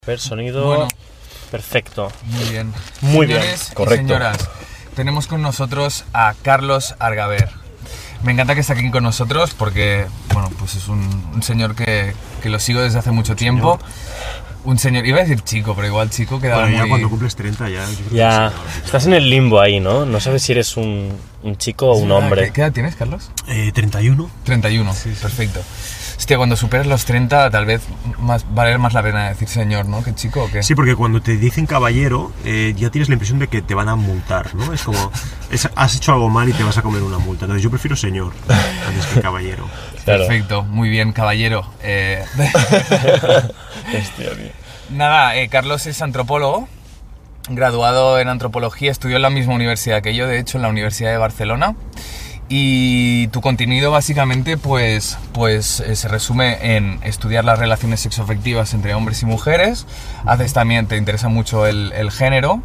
Ver, sonido Bueno, perfecto. muy bien. Muy Señores bien, correcto. y señoras, tenemos con nosotros a Carlos Argaver. Me encanta que esté aquí con nosotros porque, bueno, pues es un señor que lo sigo desde hace mucho tiempo. Un señor, iba a decir chico, pero igual chico queda Bueno, ya muy... cuando cumples 30 ya... yo creo Ya, que sí, estás en el limbo ahí, ¿no? No sabes si eres un chico o un hombre. ¿Qué edad tienes, Carlos? 31. 31, sí, perfecto. Hostia, cuando superes los 30 tal vez vale más la pena decir señor, ¿no? ¿Que chico o qué? Sí, porque cuando te dicen caballero, ya tienes la impresión de que te van a multar, ¿no? Es como, has hecho algo mal y te vas a comer una multa. Entonces yo prefiero señor antes que caballero. Claro. Perfecto, muy bien, caballero. Hostia, tío. Nada, Carlos es antropólogo, graduado en antropología, estudió en la misma universidad que yo, de hecho, en la Universidad de Barcelona. Y tu contenido básicamente se resume en estudiar las relaciones sexoafectivas entre hombres y mujeres. Haces también, te interesa mucho el género.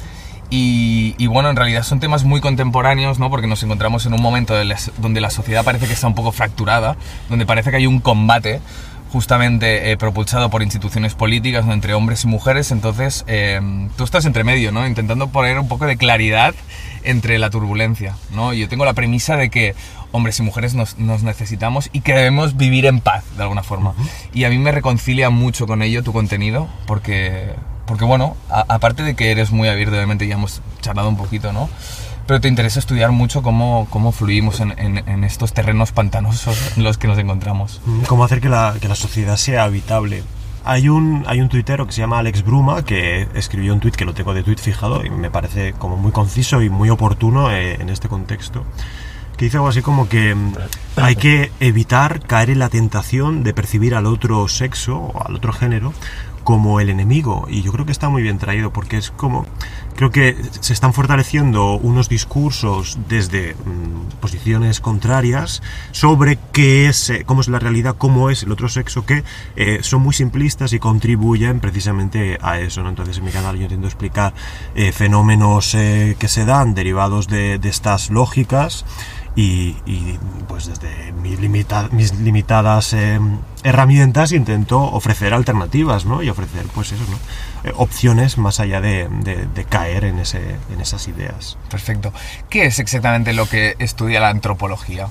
Y bueno, en realidad son temas muy contemporáneos, ¿no? Porque nos encontramos en un momento donde la sociedad parece que está un poco fracturada, donde parece que hay un combate justamente propulsado por instituciones políticas, ¿no? Entre hombres y mujeres. Entonces tú estás entre medio, ¿no? Intentando poner un poco de claridad entre la turbulencia, ¿no? Yo tengo la premisa de que hombres y mujeres nos necesitamos y que debemos vivir en paz, de alguna forma. Y a mí me reconcilia mucho con ello tu contenido, porque bueno, aparte de que eres muy abierto, obviamente ya hemos charlado un poquito, ¿no? Pero te interesa estudiar mucho cómo fluimos en estos terrenos pantanosos en los que nos encontramos. Cómo hacer que la sociedad sea habitable. Hay un tuitero que se llama Alex Bruma que escribió un tuit que lo tengo de tuit fijado y me parece como muy conciso y muy oportuno en este contexto, que dice algo así como que hay que evitar caer en la tentación de percibir al otro sexo o al otro género como el enemigo, y yo creo que está muy bien traído porque es como, creo que se están fortaleciendo unos discursos desde posiciones contrarias sobre qué es, cómo es la realidad, cómo es el otro sexo, que son muy simplistas y contribuyen precisamente a eso, ¿no? Entonces en mi canal yo intento explicar fenómenos que se dan derivados de estas lógicas y pues desde mis limitadas herramientas intento ofrecer alternativas, ¿no? Y ofrecer pues eso, ¿no? Opciones más allá de caer en esas ideas. Perfecto. ¿Qué es exactamente lo que estudia la antropología?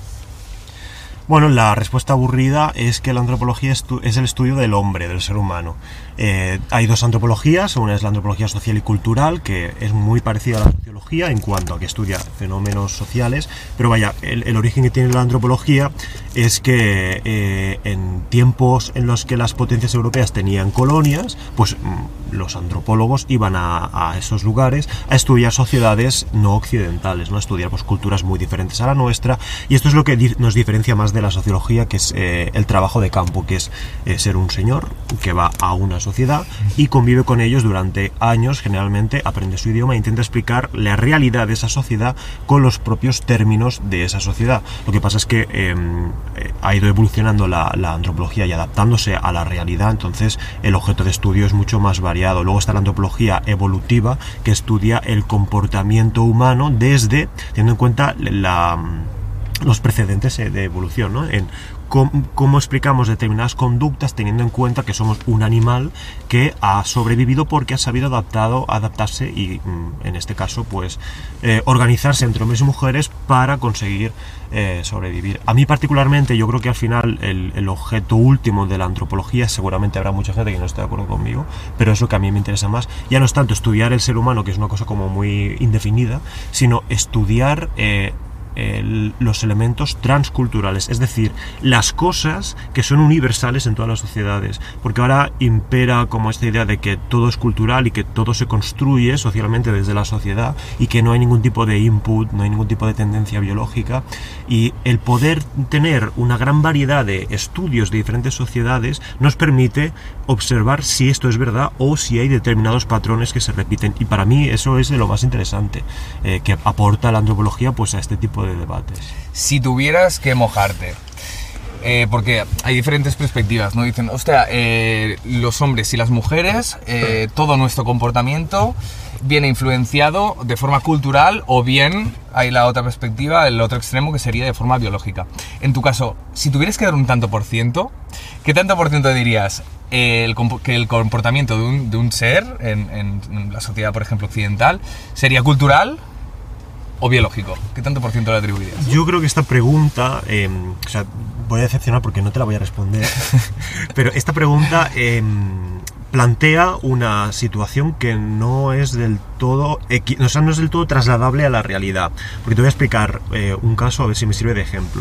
Bueno, la respuesta aburrida es que la antropología es el estudio del hombre, del ser humano. Hay dos antropologías, una es la antropología social y cultural, que es muy parecida a la sociología en cuanto a que estudia fenómenos sociales, pero vaya, el origen que tiene la antropología es que en tiempos en los que las potencias europeas tenían colonias, pues los antropólogos iban a esos lugares a estudiar sociedades no occidentales, ¿no? A estudiar pues, culturas muy diferentes a la nuestra, y esto es lo que nos diferencia más de la sociología, que es el trabajo de campo, que es ser un señor que va a una sociedad y convive con ellos durante años, generalmente aprende su idioma e intenta explicar la realidad de esa sociedad con los propios términos de esa sociedad. Lo que pasa es que ha ido evolucionando la antropología y adaptándose a la realidad, entonces el objeto de estudio es mucho más variado. Luego está la antropología evolutiva, que estudia el comportamiento humano desde, teniendo en cuenta los precedentes de evolución, ¿no? En cómo explicamos determinadas conductas teniendo en cuenta que somos un animal que ha sobrevivido porque ha sabido adaptarse y, en este caso, pues organizarse entre hombres y mujeres para conseguir sobrevivir. A mí particularmente, yo creo que al final el objeto último de la antropología, seguramente habrá mucha gente que no esté de acuerdo conmigo, pero es lo que a mí me interesa más. Ya no es tanto estudiar el ser humano, que es una cosa como muy indefinida, sino estudiar los elementos transculturales, es decir, las cosas que son universales en todas las sociedades, porque ahora impera como esta idea de que todo es cultural y que todo se construye socialmente desde la sociedad y que no hay ningún tipo de input, no hay ningún tipo de tendencia biológica, y el poder tener una gran variedad de estudios de diferentes sociedades nos permite observar si esto es verdad o si hay determinados patrones que se repiten, y para mí eso es de lo más interesante que aporta la antropología pues a este tipo de debates. Si tuvieras que mojarte, porque hay diferentes perspectivas, ¿no? Dicen, hostia, los hombres y las mujeres, todo nuestro comportamiento viene influenciado de forma cultural, o bien hay la otra perspectiva, el otro extremo, que sería de forma biológica. En tu caso, si tuvieras que dar un tanto por ciento, ¿qué tanto por ciento dirías que el comportamiento de un ser en la sociedad, por ejemplo, occidental, sería cultural o biológico? ¿Qué tanto por ciento le atribuirías? Yo creo que esta pregunta, o sea, voy a decepcionar porque no te la voy a responder, pero esta pregunta plantea una situación que no es del todo, o sea, no es del todo trasladable a la realidad. Porque te voy a explicar un caso, a ver si me sirve de ejemplo.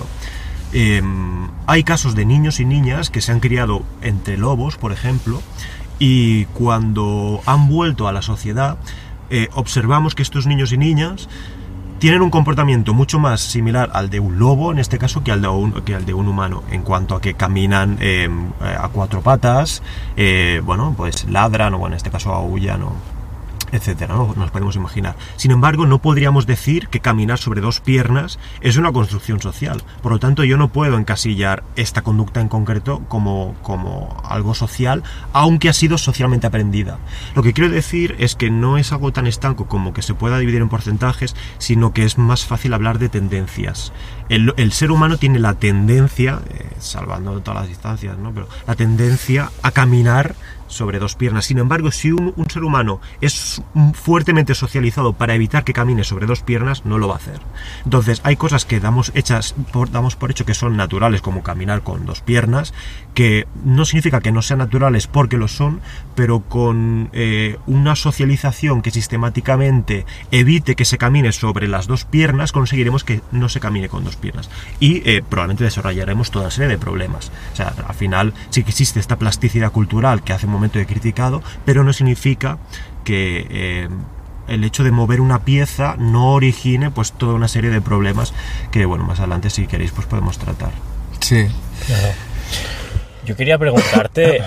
Hay casos de niños y niñas que se han criado entre lobos, por ejemplo, y cuando han vuelto a la sociedad, observamos que estos niños y niñas tienen un comportamiento mucho más similar al de un lobo, en este caso, que al de un humano, en cuanto a que caminan a cuatro patas, bueno, pues ladran, o bueno, en este caso aúllan, etcétera, ¿no? Nos podemos imaginar. Sin embargo, no podríamos decir que caminar sobre dos piernas es una construcción social. Por lo tanto, yo no puedo encasillar esta conducta en concreto como algo social, aunque ha sido socialmente aprendida. Lo que quiero decir es que no es algo tan estanco como que se pueda dividir en porcentajes, sino que es más fácil hablar de tendencias. El ser humano tiene la tendencia, salvando todas las distancias, ¿no? Pero la tendencia a caminar sobre dos piernas. Sin embargo, si un ser humano es fuertemente socializado para evitar que camine sobre dos piernas, no lo va a hacer. Entonces, hay cosas que damos por hecho que son naturales, como caminar con dos piernas, que no significa que no sean naturales porque lo son, pero con una socialización que sistemáticamente evite que se camine sobre las dos piernas, conseguiremos que no se camine con dos piernas. Y probablemente desarrollaremos toda una serie de problemas. O sea, al final sí que existe esta plasticidad cultural que hace un momento he criticado, pero no significa que el hecho de mover una pieza no origine pues toda una serie de problemas que, bueno, más adelante, si queréis, pues podemos tratar. Sí. Claro. Yo quería preguntarte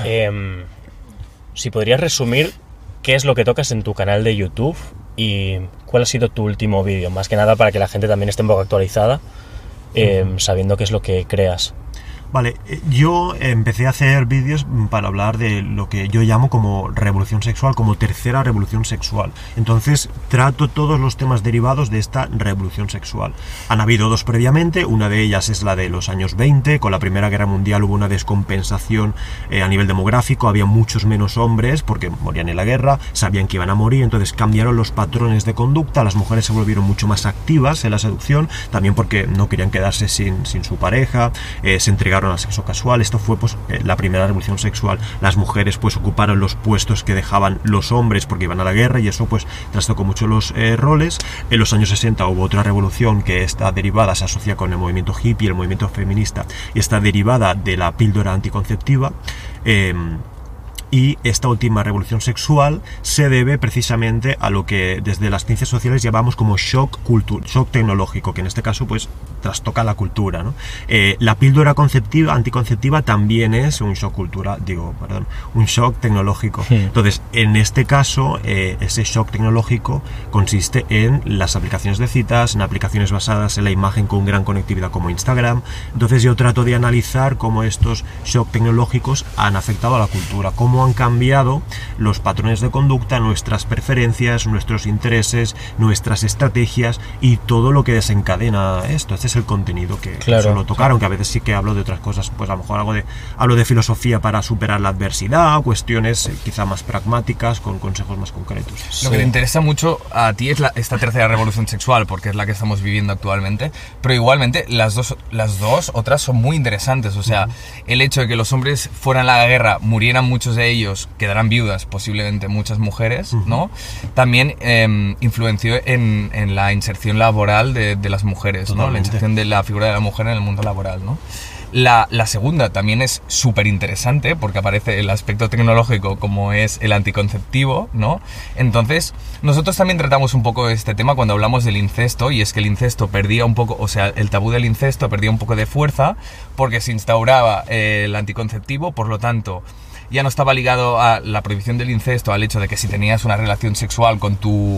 si podrías resumir qué es lo que tocas en tu canal de YouTube y cuál ha sido tu último vídeo, más que nada para que la gente también esté un poco actualizada, sabiendo qué es lo que creas. Vale, yo empecé a hacer vídeos para hablar de lo que yo llamo como revolución sexual, como tercera revolución sexual. Entonces trato todos los temas derivados de esta revolución sexual. Han habido dos previamente, una de ellas es la de los años 20, con la Primera Guerra Mundial hubo una descompensación a nivel demográfico, había muchos menos hombres porque morían en la guerra, sabían que iban a morir, entonces cambiaron los patrones de conducta, las mujeres se volvieron mucho más activas en la seducción, también porque no querían quedarse sin su pareja, se entregaron al sexo casual. Esto fue pues la primera revolución sexual. Las mujeres pues ocuparon los puestos que dejaban los hombres porque iban a la guerra, y eso pues trastocó mucho los roles. En los años 60 hubo otra revolución que está derivada, se asocia con el movimiento hippie, el movimiento feminista, y está derivada de la píldora anticonceptiva. Y esta última revolución sexual se debe precisamente a lo que desde las ciencias sociales llamamos como shock tecnológico, que en este caso pues trastoca la cultura, ¿no? La píldora anticonceptiva también es un shock un shock tecnológico. Entonces, en este caso, ese shock tecnológico consiste en las aplicaciones de citas, en aplicaciones basadas en la imagen con gran conectividad como Instagram. Entonces yo trato de analizar cómo estos shock tecnológicos han afectado a la cultura, cómo han cambiado los patrones de conducta, nuestras preferencias, nuestros intereses, nuestras estrategias y todo lo que desencadena esto. Este es el contenido que suelo tocar, aunque a veces sí que hablo de otras cosas, pues a lo mejor hablo de filosofía para superar la adversidad, cuestiones quizá más pragmáticas, con consejos más concretos. Lo que te interesa mucho a ti es esta tercera revolución sexual, porque es la que estamos viviendo actualmente, pero igualmente las dos otras son muy interesantes. O sea, el hecho de que los hombres fueran a la guerra, murieran muchos de ellos, quedarán viudas posiblemente muchas mujeres, ¿no? También influenció en la inserción laboral de las mujeres, ¿no? La inserción de la figura de la mujer en el mundo laboral, ¿no? La segunda también es súper interesante porque aparece el aspecto tecnológico como es el anticonceptivo, ¿no? Entonces, nosotros también tratamos un poco este tema cuando hablamos del incesto, y es que el incesto perdía un poco, o sea, el tabú del incesto perdía un poco de fuerza porque se instauraba el anticonceptivo, por lo tanto ya no estaba ligado a la prohibición del incesto, al hecho de que si tenías una relación sexual con tu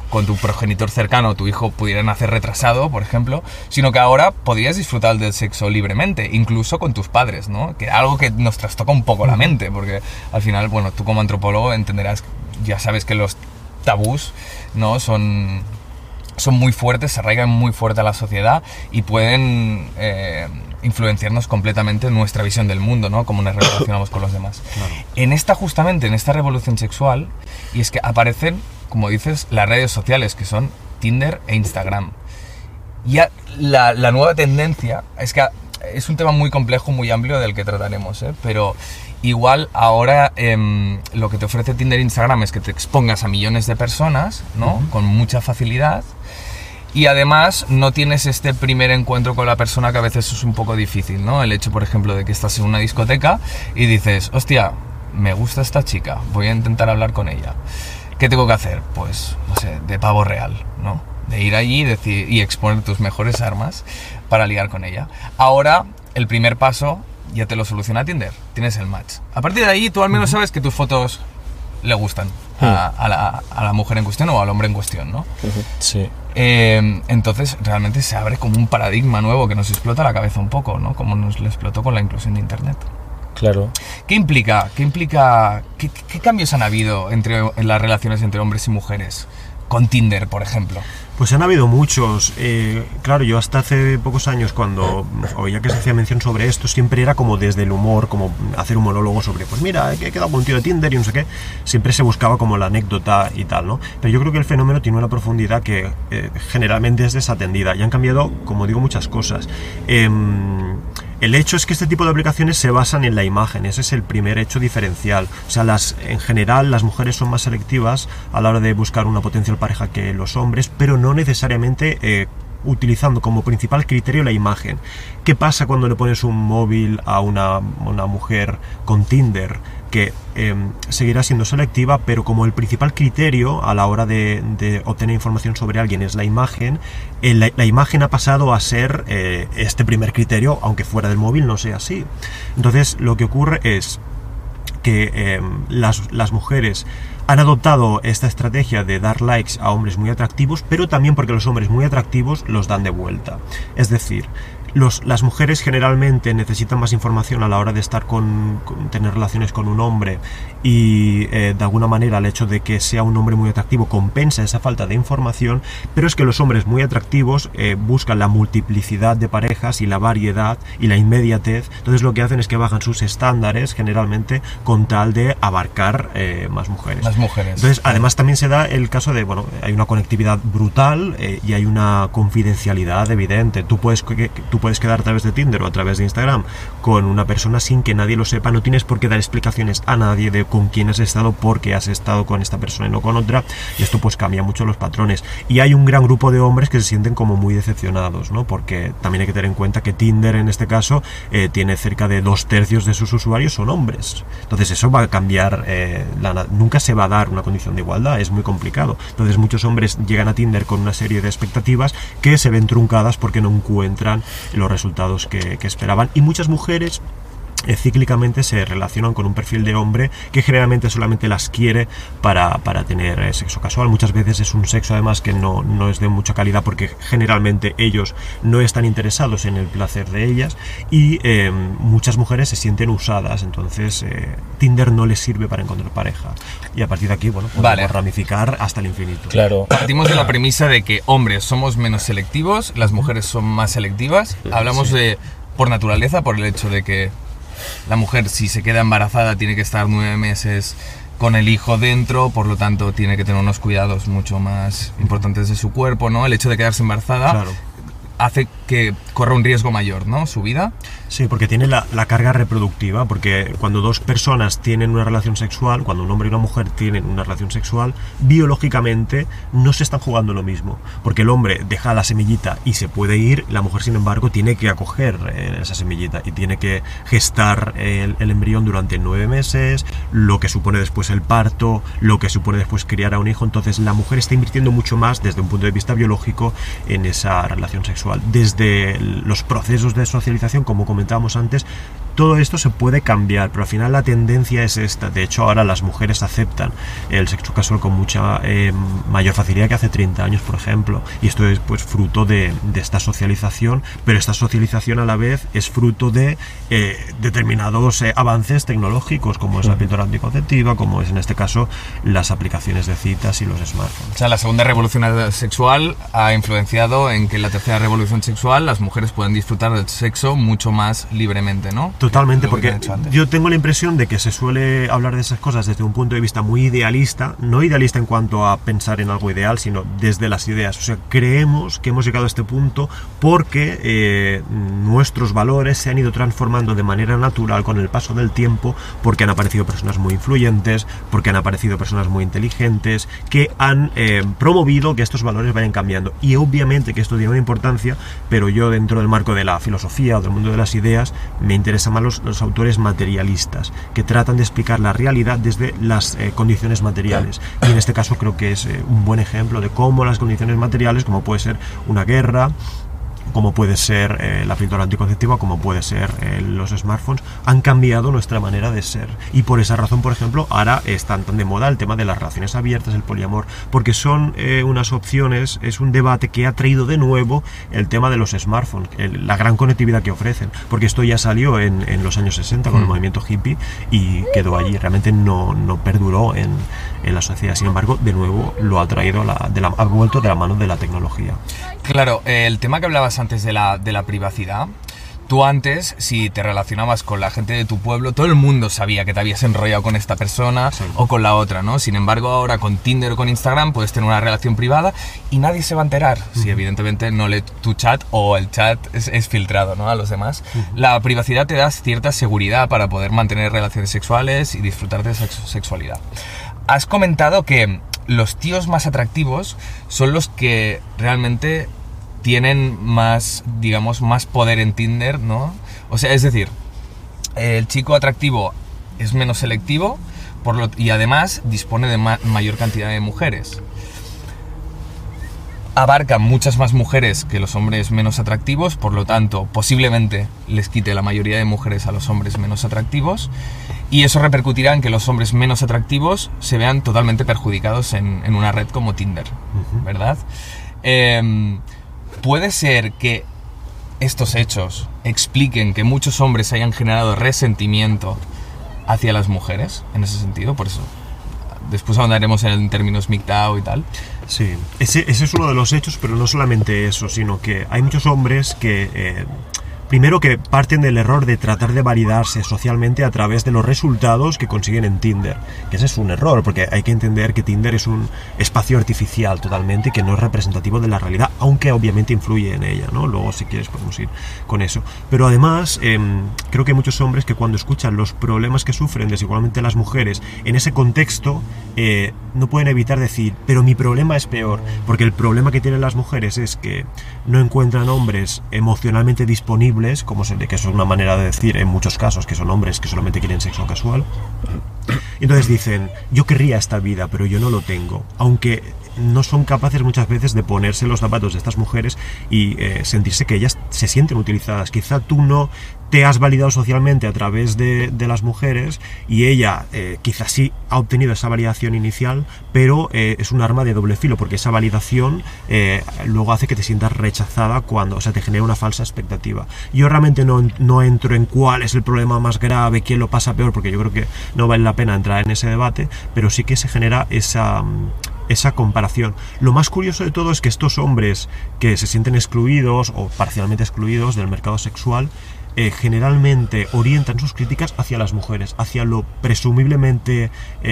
con tu progenitor cercano tu hijo pudiera nacer retrasado, por ejemplo, sino que ahora podrías disfrutar del sexo libremente, incluso con tus padres, ¿no? Que algo que nos trastoca un poco la mente, porque al final, bueno, tú como antropólogo entenderás, ya sabes que los tabús, ¿no? son muy fuertes, se arraigan muy fuerte a la sociedad y pueden influenciarnos completamente nuestra visión del mundo, ¿no? Cómo nos relacionamos con los demás. Claro. Justamente en esta revolución sexual, y es que aparecen, como dices, las redes sociales, que son Tinder e Instagram. Ya la nueva tendencia, es que es un tema muy complejo, muy amplio del que trataremos, pero igual ahora lo que te ofrece Tinder e Instagram es que te expongas a millones de personas, ¿no? Con mucha facilidad. Y además no tienes este primer encuentro con la persona, que a veces es un poco difícil, ¿no? El hecho, por ejemplo, de que estás en una discoteca y dices, hostia, me gusta esta chica, voy a intentar hablar con ella. ¿Qué tengo que hacer? Pues, no sé, de pavo real, ¿no? De ir allí y exponer tus mejores armas para ligar con ella. Ahora, el primer paso ya te lo soluciona Tinder, tienes el match. A partir de ahí tú al menos sabes que tus fotos le gustan a la mujer en cuestión o al hombre en cuestión, ¿no? Sí. Entonces realmente se abre como un paradigma nuevo que nos explota la cabeza un poco, ¿no? Como nos lo explotó con la inclusión de Internet. Claro. ¿Qué implica? ¿Qué cambios han habido en las relaciones entre hombres y mujeres con Tinder, por ejemplo? Pues han habido muchos. Claro, yo hasta hace pocos años, cuando oía que se hacía mención sobre esto, siempre era como desde el humor, como hacer un monólogo sobre, pues mira, he quedado con un tío de Tinder y no sé qué. Siempre se buscaba como la anécdota y tal, ¿no? Pero yo creo que el fenómeno tiene una profundidad que generalmente es desatendida y han cambiado, como digo, muchas cosas. El hecho es que este tipo de aplicaciones se basan en la imagen, ese es el primer hecho diferencial. O sea, en general las mujeres son más selectivas a la hora de buscar una potencial pareja que los hombres, pero no necesariamente utilizando como principal criterio la imagen. ¿Qué pasa cuando le pones un móvil a una mujer con Tinder? Que seguirá siendo selectiva, pero como el principal criterio a la hora de obtener información sobre alguien es la imagen, la imagen ha pasado a ser este primer criterio, aunque fuera del móvil no sea así. Entonces lo que ocurre es que las mujeres han adoptado esta estrategia de dar likes a hombres muy atractivos, pero también porque los hombres muy atractivos los dan de vuelta. Es decir, las mujeres generalmente necesitan más información a la hora de estar tener relaciones con un hombre y de alguna manera el hecho de que sea un hombre muy atractivo compensa esa falta de información, pero es que los hombres muy atractivos buscan la multiplicidad de parejas y la variedad y la inmediatez. Entonces lo que hacen es que bajan sus estándares generalmente con tal de abarcar más mujeres. Entonces además también se da el caso de, bueno, hay una conectividad brutal y hay una confidencialidad evidente. Tú puedes quedar a través de Tinder o a través de Instagram con una persona sin que nadie lo sepa, no tienes por qué dar explicaciones a nadie de con quién has estado, porque has estado con esta persona y no con otra, y esto pues cambia mucho los patrones. Y hay un gran grupo de hombres que se sienten como muy decepcionados, ¿no? Porque también hay que tener en cuenta que Tinder en este caso tiene cerca de 2/3 de sus usuarios son hombres. Entonces eso va a cambiar, nunca se va a dar una condición de igualdad, es muy complicado. Entonces muchos hombres llegan a Tinder con una serie de expectativas que se ven truncadas porque no encuentran los resultados que esperaban, y muchas mujeres cíclicamente se relacionan con un perfil de hombre que generalmente solamente las quiere para tener sexo casual. Muchas veces es un sexo además que no es de mucha calidad, porque generalmente ellos no están interesados en el placer de ellas, y muchas mujeres se sienten usadas. Entonces Tinder no les sirve para encontrar pareja, y a partir de aquí, bueno, podemos ramificar hasta el infinito. Claro. Partimos de la premisa de que hombres somos menos selectivos, las mujeres son más selectivas. Hablamos de por naturaleza, por el hecho de que la mujer, si se queda embarazada, tiene que estar 9 meses con el hijo dentro, por lo tanto tiene que tener unos cuidados mucho más importantes de su cuerpo, ¿no? El hecho de quedarse embarazada hace que corra un riesgo mayor, ¿no? Su vida. Sí, porque tiene la carga reproductiva, porque cuando dos personas tienen una relación sexual, cuando un hombre y una mujer tienen una relación sexual, biológicamente no se están jugando lo mismo, porque el hombre deja la semillita y se puede ir, la mujer sin embargo tiene que acoger esa semillita y tiene que gestar el embrión durante 9 meses, lo que supone después el parto, lo que supone después criar a un hijo. Entonces la mujer está invirtiendo mucho más desde un punto de vista biológico en esa relación sexual. sexual. Desde los procesos de socialización, como comentábamos antes, todo esto se puede cambiar, pero al final la tendencia es esta. De hecho, ahora las mujeres aceptan el sexo casual con mucha mayor facilidad que hace 30 años, por ejemplo, y esto es pues fruto de esta socialización, pero esta socialización a la vez es fruto de determinados avances tecnológicos, como es la píldora anticonceptiva, como es en este caso las aplicaciones de citas y los smartphones. O sea, la segunda revolución sexual ha influenciado en que en la tercera revolución sexual las mujeres pueden disfrutar del sexo mucho más libremente, ¿no? Totalmente, porque yo tengo la impresión de que se suele hablar de esas cosas desde un punto de vista muy idealista, no idealista en cuanto a pensar en algo ideal, sino desde las ideas. O sea, creemos que hemos llegado a este punto porque nuestros valores se han ido transformando de manera natural con el paso del tiempo, porque han aparecido personas muy influyentes, porque han aparecido personas muy inteligentes, que han promovido que estos valores vayan cambiando. Y obviamente que esto tiene una importancia, pero yo dentro del marco de la filosofía o del mundo de las ideas me interesa más los autores materialistas, que tratan de explicar la realidad desde las condiciones materiales. Y en este caso creo que es un buen ejemplo de cómo las condiciones materiales, como puede ser una guerra, como puede ser la píldora anticonceptiva, como puede ser los smartphones, han cambiado nuestra manera de ser. Y por esa razón, por ejemplo, ahora están tan de moda el tema de las relaciones abiertas, el poliamor, porque son unas opciones, es un debate que ha traído de nuevo el tema de los smartphones, la gran conectividad que ofrecen, porque esto ya salió en los años 60 con el movimiento hippie y quedó allí, realmente no perduró en la sociedad. Sin embargo, de nuevo lo ha traído, ha vuelto de la mano de la tecnología. Claro, el tema que hablabas antes de la privacidad, tú antes, si te relacionabas con la gente de tu pueblo, todo el mundo sabía que te habías enrollado con esta persona o con la otra, ¿no? Sin embargo, ahora con Tinder o con Instagram puedes tener una relación privada y nadie se va a enterar si evidentemente no lee tu chat o el chat es filtrado, ¿no? A los demás. La privacidad te da cierta seguridad para poder mantener relaciones sexuales y disfrutar de sexualidad. Has comentado que los tíos más atractivos son los que realmente tienen más, digamos, más poder en Tinder, ¿no? O sea, es decir, el chico atractivo es menos selectivo y además dispone de mayor cantidad de mujeres. Abarca muchas más mujeres que los hombres menos atractivos, por lo tanto, posiblemente les quite la mayoría de mujeres a los hombres menos atractivos, y eso repercutirá en que los hombres menos atractivos se vean totalmente perjudicados en una red como Tinder, ¿verdad? Puede ser que estos hechos expliquen que muchos hombres hayan generado resentimiento hacia las mujeres, en ese sentido, por eso después ahondaremos en términos MGTOW y tal. Sí, ese es uno de los hechos, pero no solamente eso, sino que hay muchos hombres que primero que parten del error de tratar de validarse socialmente a través de los resultados que consiguen en Tinder, que ese es un error, porque hay que entender que Tinder es un espacio artificial totalmente y que no es representativo de la realidad, aunque obviamente influye en ella, ¿no? Luego si quieres podemos ir con eso. Pero además creo que hay muchos hombres que cuando escuchan los problemas que sufren desigualmente las mujeres en ese contexto no pueden evitar decir, pero mi problema es peor, porque el problema que tienen las mujeres es que no encuentran hombres emocionalmente disponibles, que eso es una manera de decir en muchos casos que son hombres que solamente quieren sexo casual. Entonces dicen, yo querría esta vida, pero yo no lo tengo, aunque no son capaces muchas veces de ponerse en los zapatos de estas mujeres y sentirse que ellas se sienten utilizadas. Quizá tú no te has validado socialmente a través de las mujeres y ella quizás sí ha obtenido esa validación inicial, pero es un arma de doble filo, porque esa validación luego hace que te sientas rechazada o sea, te genera una falsa expectativa. Yo realmente no entro en cuál es el problema más grave, quién lo pasa peor, porque yo creo que no vale la pena entrar en ese debate, pero sí que se genera esa comparación. Lo más curioso de todo es que estos hombres que se sienten excluidos o parcialmente excluidos del mercado sexual generalmente orientan sus críticas hacia las mujeres, hacia lo presumiblemente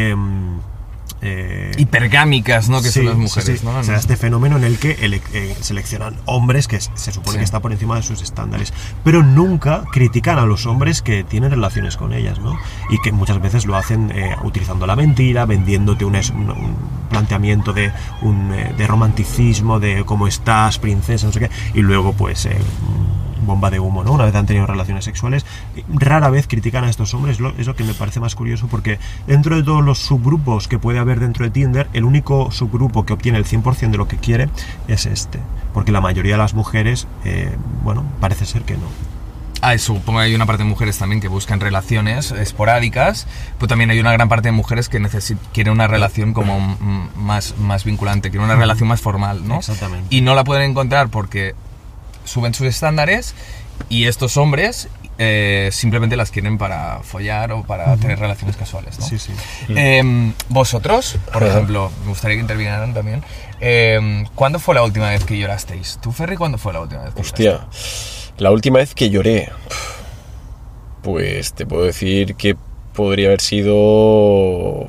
hipergámicas, ¿no? Que sí, son las mujeres, sí. ¿no? O sea, este fenómeno en el que seleccionan hombres que se supone que está por encima de sus estándares, pero nunca critican a los hombres que tienen relaciones con ellas, ¿no? Y que muchas veces lo hacen utilizando la mentira, vendiéndote un planteamiento de romanticismo, de cómo estás, princesa, no sé qué, y luego pues bomba de humo, ¿no? Una vez han tenido relaciones sexuales, rara vez critican a estos hombres, es lo que me parece más curioso, porque dentro de todos los subgrupos que puede haber dentro de Tinder, el único subgrupo que obtiene el 100% de lo que quiere es este, porque la mayoría de las mujeres, bueno, parece ser que no. Supongo que hay una parte de mujeres también que buscan relaciones esporádicas, pero también hay una gran parte de mujeres que quieren una relación como más vinculante, quieren una relación más formal, ¿no? Exactamente. Y no la pueden encontrar porque suben sus estándares y estos hombres simplemente las quieren para follar o para tener relaciones casuales, ¿no? Sí, sí. Vosotros, por ejemplo, me gustaría que intervinieran también. ¿Cuándo fue la última vez que llorasteis? ¿Tú, Ferri, cuándo fue la última vez que lloraste? La última vez que lloré, pues te puedo decir que podría haber sido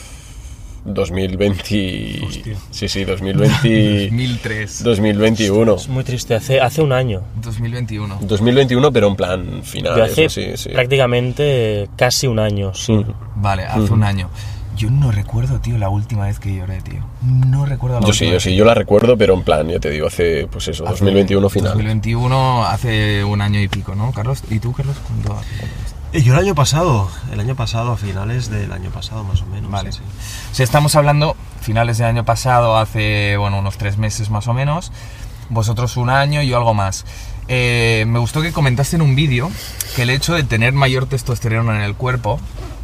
2020. Hostia. Sí, 2020. 2003. 2021. Es muy triste, hace un año. 2021. 2021, pero en plan final. Yo hace sí. prácticamente casi un año, sí. Vale, hace un año. Yo no recuerdo, tío, la última vez que lloré, tío. No recuerdo la última vez. Yo la recuerdo, pero en plan, ya te digo, hace, pues eso, 2021 final. 2021, hace un año y pico, ¿no, Carlos? ¿Y tú, Carlos, cuándo? Yo el año pasado, a finales del año pasado más o menos. Vale. Sí. O sea, estamos hablando finales del año pasado, hace, bueno, unos 3 meses más o menos. Vosotros un año y yo algo más. Me gustó que comentaste en un vídeo que el hecho de tener mayor testosterona en el cuerpo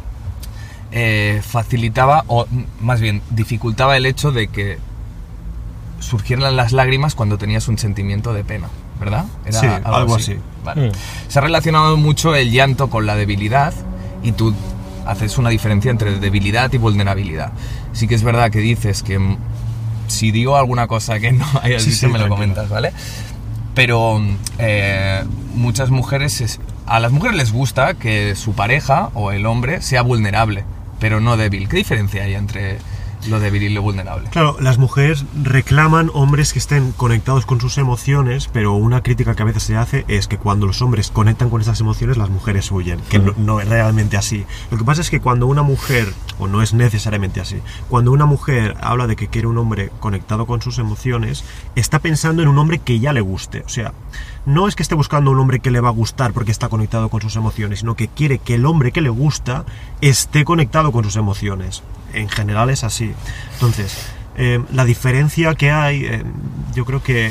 facilitaba, o más bien dificultaba el hecho de que surgieran las lágrimas cuando tenías un sentimiento de pena, ¿verdad? ¿Era sí, algo así. Vale. Se ha relacionado mucho el llanto con la debilidad y tú haces una diferencia entre debilidad y vulnerabilidad. Sí que es verdad que dices que si digo alguna cosa que no hayas dicho me lo comentas, ¿vale? Pero muchas mujeres, a las mujeres les gusta que su pareja o el hombre sea vulnerable, pero no débil. ¿Qué diferencia hay entre lo débil y lo vulnerable? Claro, las mujeres reclaman hombres que estén conectados con sus emociones, pero una crítica que a veces se hace es que cuando los hombres conectan con esas emociones, las mujeres huyen, que no es realmente así. Lo que pasa es que cuando una mujer, o no es necesariamente así, cuando una mujer habla de que quiere un hombre conectado con sus emociones, está pensando en un hombre que ya le guste. O sea, no es que esté buscando un hombre que le va a gustar porque está conectado con sus emociones, sino que quiere que el hombre que le gusta esté conectado con sus emociones. En general es así. Entonces, la diferencia que hay, yo creo que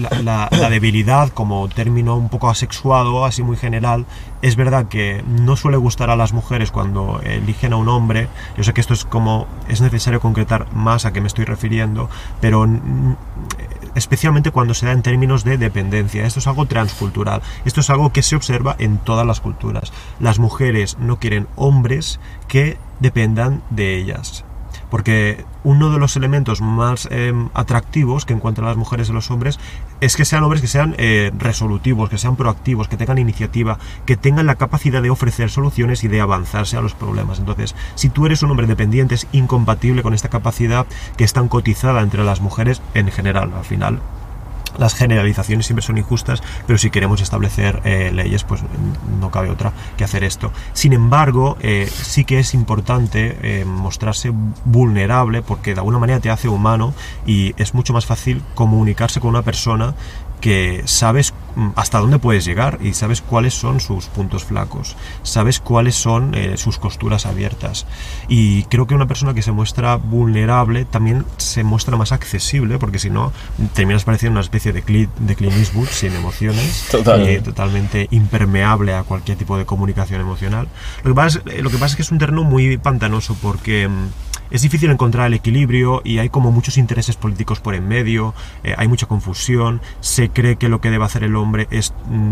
la debilidad como término un poco asexuado, así muy general, es verdad que no suele gustar a las mujeres cuando eligen a un hombre. Yo sé que esto es necesario concretar más a qué me estoy refiriendo, pero especialmente cuando se da en términos de dependencia. Esto es algo transcultural, esto es algo que se observa en todas las culturas. Las mujeres no quieren hombres que dependan de ellas, porque uno de los elementos más atractivos que encuentran las mujeres en los hombres es que sean hombres que sean resolutivos, que sean proactivos, que tengan iniciativa, que tengan la capacidad de ofrecer soluciones y de avanzarse a los problemas. Entonces, si tú eres un hombre dependiente, es incompatible con esta capacidad que es tan cotizada entre las mujeres en general. Al final, las generalizaciones siempre son injustas, pero si queremos establecer leyes, pues no cabe otra que hacer esto. Sin embargo, sí que es importante mostrarse vulnerable, porque de alguna manera te hace humano y es mucho más fácil comunicarse con una persona que sabes hasta dónde puedes llegar y sabes cuáles son sus puntos flacos, sabes cuáles son sus costuras abiertas. Y creo que una persona que se muestra vulnerable también se muestra más accesible, porque si no terminas pareciendo una especie de Clint Eastwood sin emociones, totalmente impermeable a cualquier tipo de comunicación emocional. Lo que pasa es que es un terreno muy pantanoso, porque es difícil encontrar el equilibrio y hay como muchos intereses políticos por en medio, hay mucha confusión, se cree que lo que debe hacer el hombre es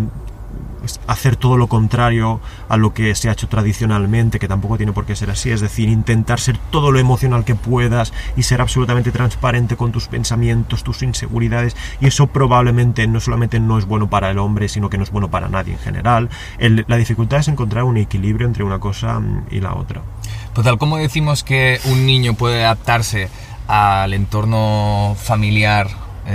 hacer todo lo contrario a lo que se ha hecho tradicionalmente, que tampoco tiene por qué ser así, es decir, intentar ser todo lo emocional que puedas y ser absolutamente transparente con tus pensamientos, tus inseguridades, y eso probablemente no solamente no es bueno para el hombre, sino que no es bueno para nadie en general. La dificultad es encontrar un equilibrio entre una cosa y la otra. Total, ¿cómo decimos que un niño puede adaptarse al entorno familiar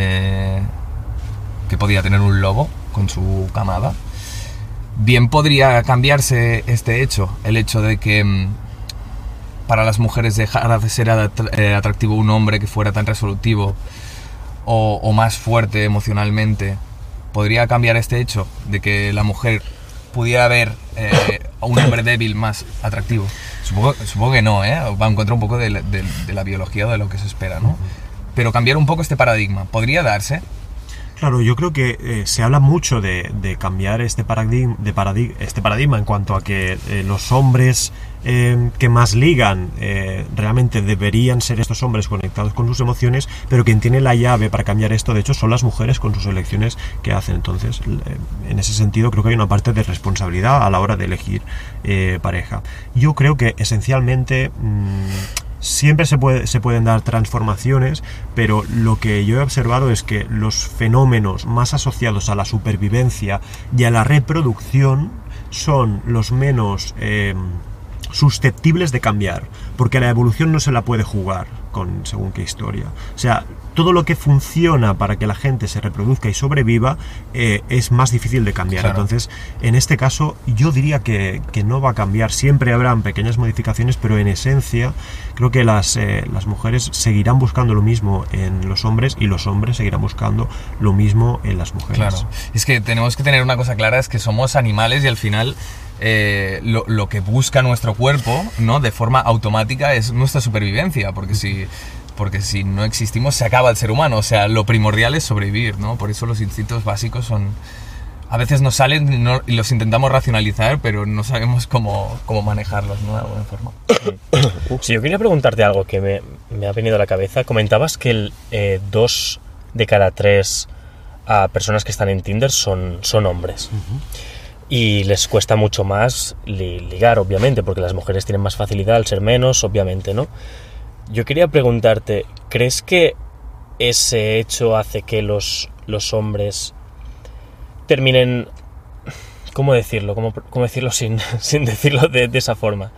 que podía tener un lobo con su camada? Bien podría cambiarse este hecho, el hecho de que para las mujeres dejara de ser atractivo un hombre que fuera tan resolutivo o más fuerte emocionalmente podría cambiar este hecho de que la mujer pudiera ver a un hombre débil más atractivo? Supongo que no, va en contra un poco de la biología o de lo que se espera, ¿no? Pero cambiar un poco este paradigma, ¿podría darse? Claro, yo creo que se habla mucho de cambiar este paradigma en cuanto a que los hombres que más ligan realmente deberían ser estos hombres conectados con sus emociones, pero quien tiene la llave para cambiar esto, de hecho, son las mujeres con sus elecciones que hacen. Entonces, en ese sentido, creo que hay una parte de responsabilidad a la hora de elegir pareja. Yo creo que esencialmente siempre se pueden dar transformaciones, pero lo que yo he observado es que los fenómenos más asociados a la supervivencia y a la reproducción son los menos susceptibles de cambiar, porque la evolución no se la puede jugar con según qué historia. O sea, todo lo que funciona para que la gente se reproduzca y sobreviva es más difícil de cambiar. Claro. Entonces, en este caso, yo diría que no va a cambiar. Siempre habrán pequeñas modificaciones, pero en esencia creo que las mujeres seguirán buscando lo mismo en los hombres y los hombres seguirán buscando lo mismo en las mujeres. Claro. Es que tenemos que tener una cosa clara, es que somos animales y al final lo que busca nuestro cuerpo, ¿no?, de forma automática es nuestra supervivencia, porque si no existimos se acaba el ser humano. O sea, lo primordial es sobrevivir, ¿no? Por eso los instintos básicos a veces nos salen y los intentamos racionalizar, pero no sabemos cómo manejarlos, ¿no?, de alguna forma. Sí, yo quería preguntarte algo que me ha venido a la cabeza. Comentabas que 2 de cada 3 personas que están en Tinder son hombres. Y les cuesta mucho más ligar, obviamente, porque las mujeres tienen más facilidad al ser menos, obviamente, ¿no? Yo quería preguntarte, ¿crees que ese hecho hace que los hombres terminen... ¿Cómo decirlo? ¿Cómo decirlo sin decirlo de esa forma?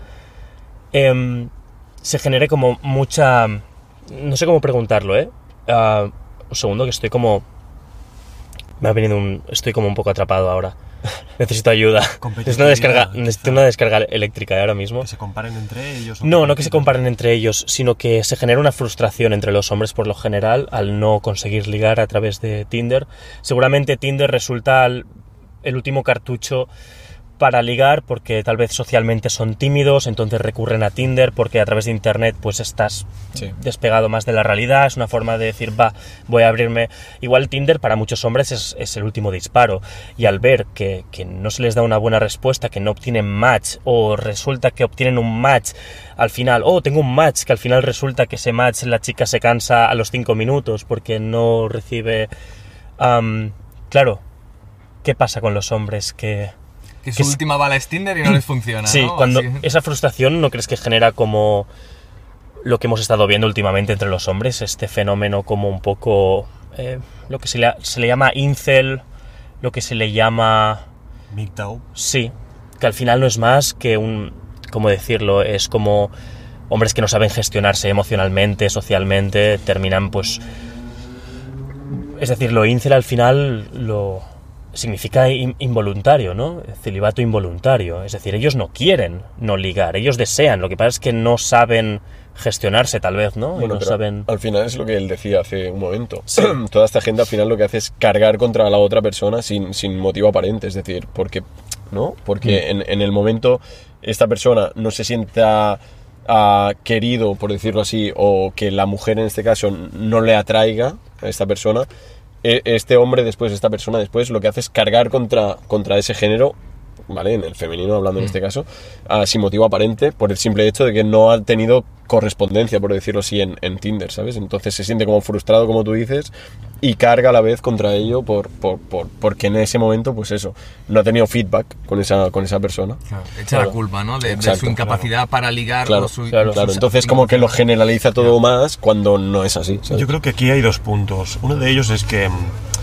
Se genere como mucha... No sé cómo preguntarlo, un segundo, que estoy como... Estoy como un poco atrapado ahora. Necesito ayuda. Necesito una descarga eléctrica ahora mismo. ¿Que se comparen entre ellos? No que se comparen entre ellos, sino que se genera una frustración entre los hombres por lo general al no conseguir ligar a través de Tinder. Seguramente Tinder resulta el último cartucho para ligar, porque tal vez socialmente son tímidos, entonces recurren a Tinder porque a través de internet pues estás despegado más de la realidad, es una forma de decir, voy a abrirme. Igual Tinder para muchos hombres es el último disparo, y al ver que no se les da una buena respuesta, que no obtienen match, o resulta que obtienen un match al final, tengo un match, que al final resulta que ese match la chica se cansa a los 5 minutos porque no recibe... claro, ¿qué pasa con los hombres que su última bala es Tinder y no les funciona? Sí, ¿no? cuando Así. esa frustración, ¿no crees que genera como lo que hemos estado viendo últimamente entre los hombres? Este fenómeno como un poco... lo que se le llama incel, lo que se le llama... MGTOW. Sí, que al final no es más que ¿cómo decirlo? Es como hombres que no saben gestionarse emocionalmente, socialmente, terminan pues... Es decir, lo incel al final significa involuntario, ¿no? Celibato involuntario. Es decir, ellos no quieren no ligar, ellos desean, lo que pasa es que no saben gestionarse, tal vez, ¿no? Bueno, no pero saben... al final es lo que él decía hace un momento. Sí. Toda esta gente al final lo que hace es cargar contra la otra persona sin motivo aparente, es decir, porque en el momento esta persona no se sienta querido, por decirlo así, o que la mujer en este caso no le atraiga a esta persona, este hombre después, esta persona después, lo que hace es cargar contra ese género, ¿vale? En el femenino, hablando en este caso, sin motivo aparente, por el simple hecho de que no ha tenido correspondencia, por decirlo así, en Tinder, ¿sabes? Entonces se siente como frustrado, como tú dices, y carga a la vez contra ello porque en ese momento, pues eso, no ha tenido feedback con esa persona. Claro, echa la culpa, ¿no? De su incapacidad para ligar. Claro, entonces como que lo generaliza todo más cuando no es así, ¿sabes? Yo creo que aquí hay 2 puntos. Uno de ellos es que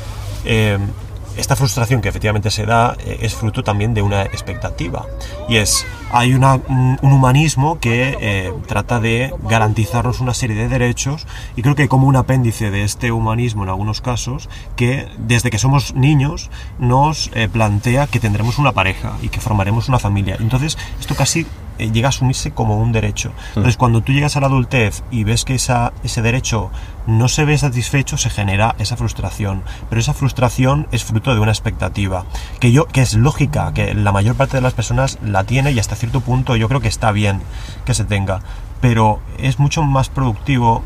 esta frustración que efectivamente se da es fruto también de una expectativa, y hay un humanismo que trata de garantizarnos una serie de derechos, y creo que hay como un apéndice de este humanismo en algunos casos que desde que somos niños nos plantea que tendremos una pareja y que formaremos una familia. Entonces esto casi llega a asumirse como un derecho. Entonces, cuando tú llegas a la adultez y ves que ese derecho no se ve satisfecho, se genera esa frustración. Pero esa frustración es fruto de una expectativa, que es lógica, que la mayor parte de las personas la tiene, y hasta cierto punto yo creo que está bien que se tenga. Pero es mucho más productivo,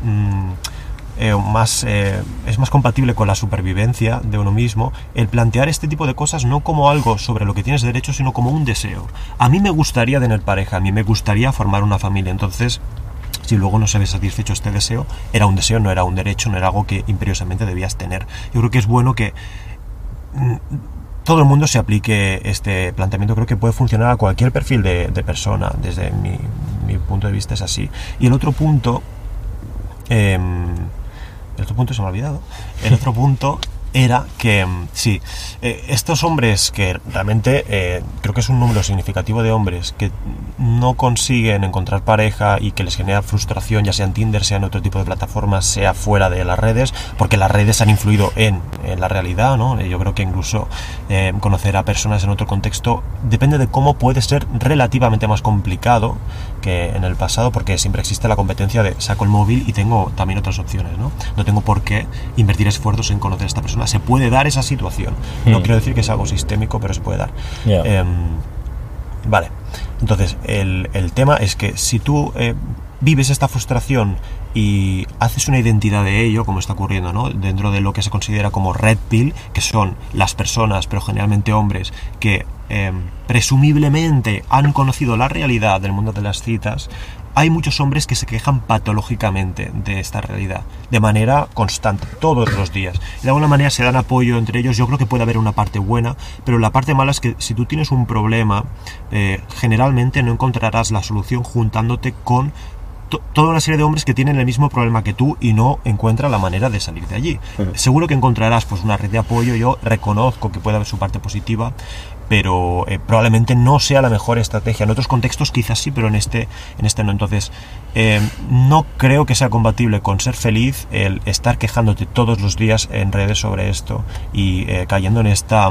es más compatible con la supervivencia de uno mismo el plantear este tipo de cosas no como algo sobre lo que tienes derecho, sino como un deseo. A mí me gustaría tener pareja, a mí me gustaría formar una familia. Entonces, si luego no se ve satisfecho este deseo, era un deseo, no era un derecho, no era algo que imperiosamente debías tener. Yo creo que es bueno que todo el mundo se aplique este planteamiento. Creo que puede funcionar a cualquier perfil de persona. Desde mi punto de vista es así. Y el otro punto se me ha olvidado. El otro punto era que, sí, estos hombres que realmente creo que es un número significativo de hombres que no consiguen encontrar pareja y que les genera frustración, ya sea en Tinder, sea en otro tipo de plataformas, sea fuera de las redes, porque las redes han influido en la realidad, ¿no? Yo creo que incluso conocer a personas en otro contexto depende de cómo puede ser relativamente más complicado que en el pasado, porque siempre existe la competencia de saco el móvil y tengo también otras opciones, ¿no? No tengo por qué invertir esfuerzos en conocer a esta persona. Se puede dar esa situación. No quiero decir que es algo sistémico, pero se puede dar. Yeah. Vale. Entonces, el tema es que si tú vives esta frustración y haces una identidad de ello, como está ocurriendo, ¿no? Dentro de lo que se considera como red pill, que son las personas, pero generalmente hombres, que presumiblemente han conocido la realidad del mundo de las citas, hay muchos hombres que se quejan patológicamente de esta realidad, de manera constante, todos los días. De alguna manera se dan apoyo entre ellos. Yo creo que puede haber una parte buena, pero la parte mala es que si tú tienes un problema, generalmente no encontrarás la solución juntándote con toda una serie de hombres que tienen el mismo problema que tú y no encuentran la manera de salir de allí. Seguro que encontrarás pues una red de apoyo. Yo reconozco que puede haber su parte positiva, pero probablemente no sea la mejor estrategia. En otros contextos quizás sí, pero en este no. Entonces, no creo que sea compatible con ser feliz el estar quejándote todos los días en redes sobre esto y cayendo en esta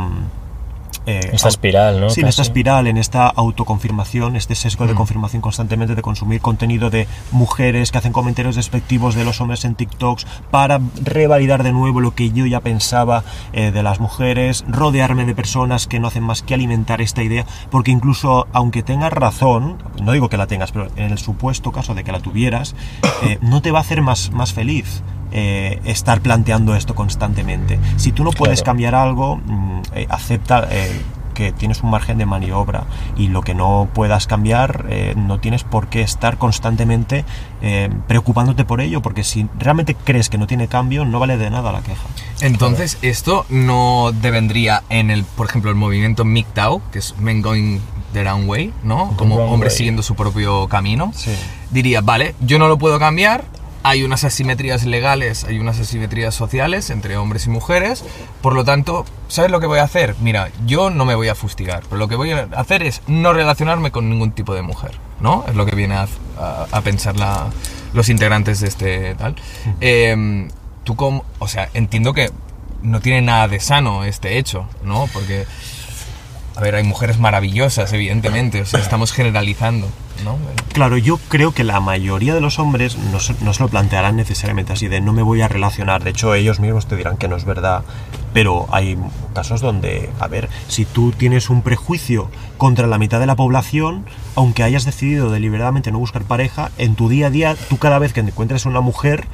espiral, ¿no? Sí, en esta espiral, en esta autoconfirmación, este sesgo de confirmación constantemente, de consumir contenido de mujeres que hacen comentarios despectivos de los hombres en TikToks para revalidar de nuevo lo que yo ya pensaba de las mujeres, rodearme de personas que no hacen más que alimentar esta idea, porque incluso aunque tengas razón, no digo que la tengas, pero en el supuesto caso de que la tuvieras, no te va a hacer más feliz estar planteando esto constantemente. Si tú no puedes cambiar algo, acepta que tienes un margen de maniobra, y lo que no puedas cambiar, no tienes por qué estar constantemente preocupándote por ello, porque si realmente crees que no tiene cambio, no vale de nada la queja. Entonces, esto no devendría en por ejemplo, el movimiento MGTOW, que es Men Going their own way, ¿no? Como hombres siguiendo su propio camino. Sí. Diría, vale, yo no lo puedo cambiar. Hay unas asimetrías legales, hay unas asimetrías sociales entre hombres y mujeres, por lo tanto, ¿sabes lo que voy a hacer? Mira, yo no me voy a fustigar, pero lo que voy a hacer es no relacionarme con ningún tipo de mujer, ¿no? Es lo que viene a pensar los integrantes de este tal. Tú entiendo que no tiene nada de sano este hecho, ¿no? Porque, a ver, hay mujeres maravillosas, evidentemente, o sea, estamos generalizando, ¿no? Claro, yo creo que la mayoría de los hombres no se lo plantearán necesariamente así, de no me voy a relacionar. De hecho, ellos mismos te dirán que no es verdad, pero hay casos donde, a ver, si tú tienes un prejuicio contra la mitad de la población, aunque hayas decidido deliberadamente no buscar pareja, en tu día a día, tú cada vez que encuentres una mujer,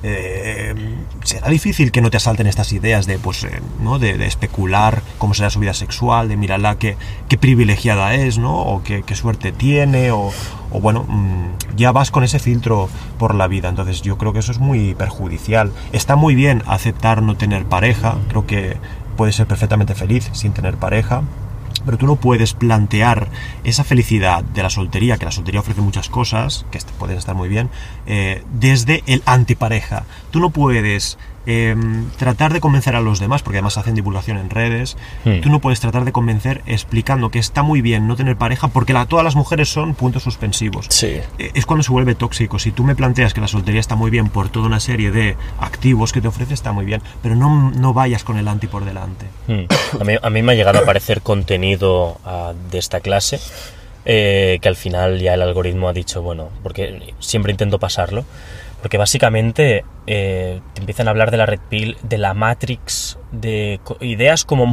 será difícil que no te asalten estas ideas de, pues, ¿no? de especular cómo será su vida sexual, de mirarla qué privilegiada es, ¿no? O qué suerte tiene, o bueno, ya vas con ese filtro por la vida. Entonces yo creo que eso es muy perjudicial. Está muy bien aceptar no tener pareja, creo que puedes ser perfectamente feliz sin tener pareja, pero tú no puedes plantear esa felicidad de la soltería, que la soltería ofrece muchas cosas, que pueden estar muy bien, desde el antipareja. Tú no puedes tratar de convencer a los demás, porque además hacen divulgación en redes. Tú no puedes tratar de convencer explicando que está muy bien no tener pareja, porque todas las mujeres son puntos suspensivos. Sí. Es cuando se vuelve tóxico. Si tú me planteas que la soltería está muy bien por toda una serie de activos que te ofrece, está muy bien, pero no vayas con el anti por delante. A mí me ha llegado a aparecer contenido de esta clase que al final ya el algoritmo ha dicho, bueno, porque siempre intento pasarlo, porque básicamente te empiezan a hablar de la Red Pill, de la Matrix, de ideas como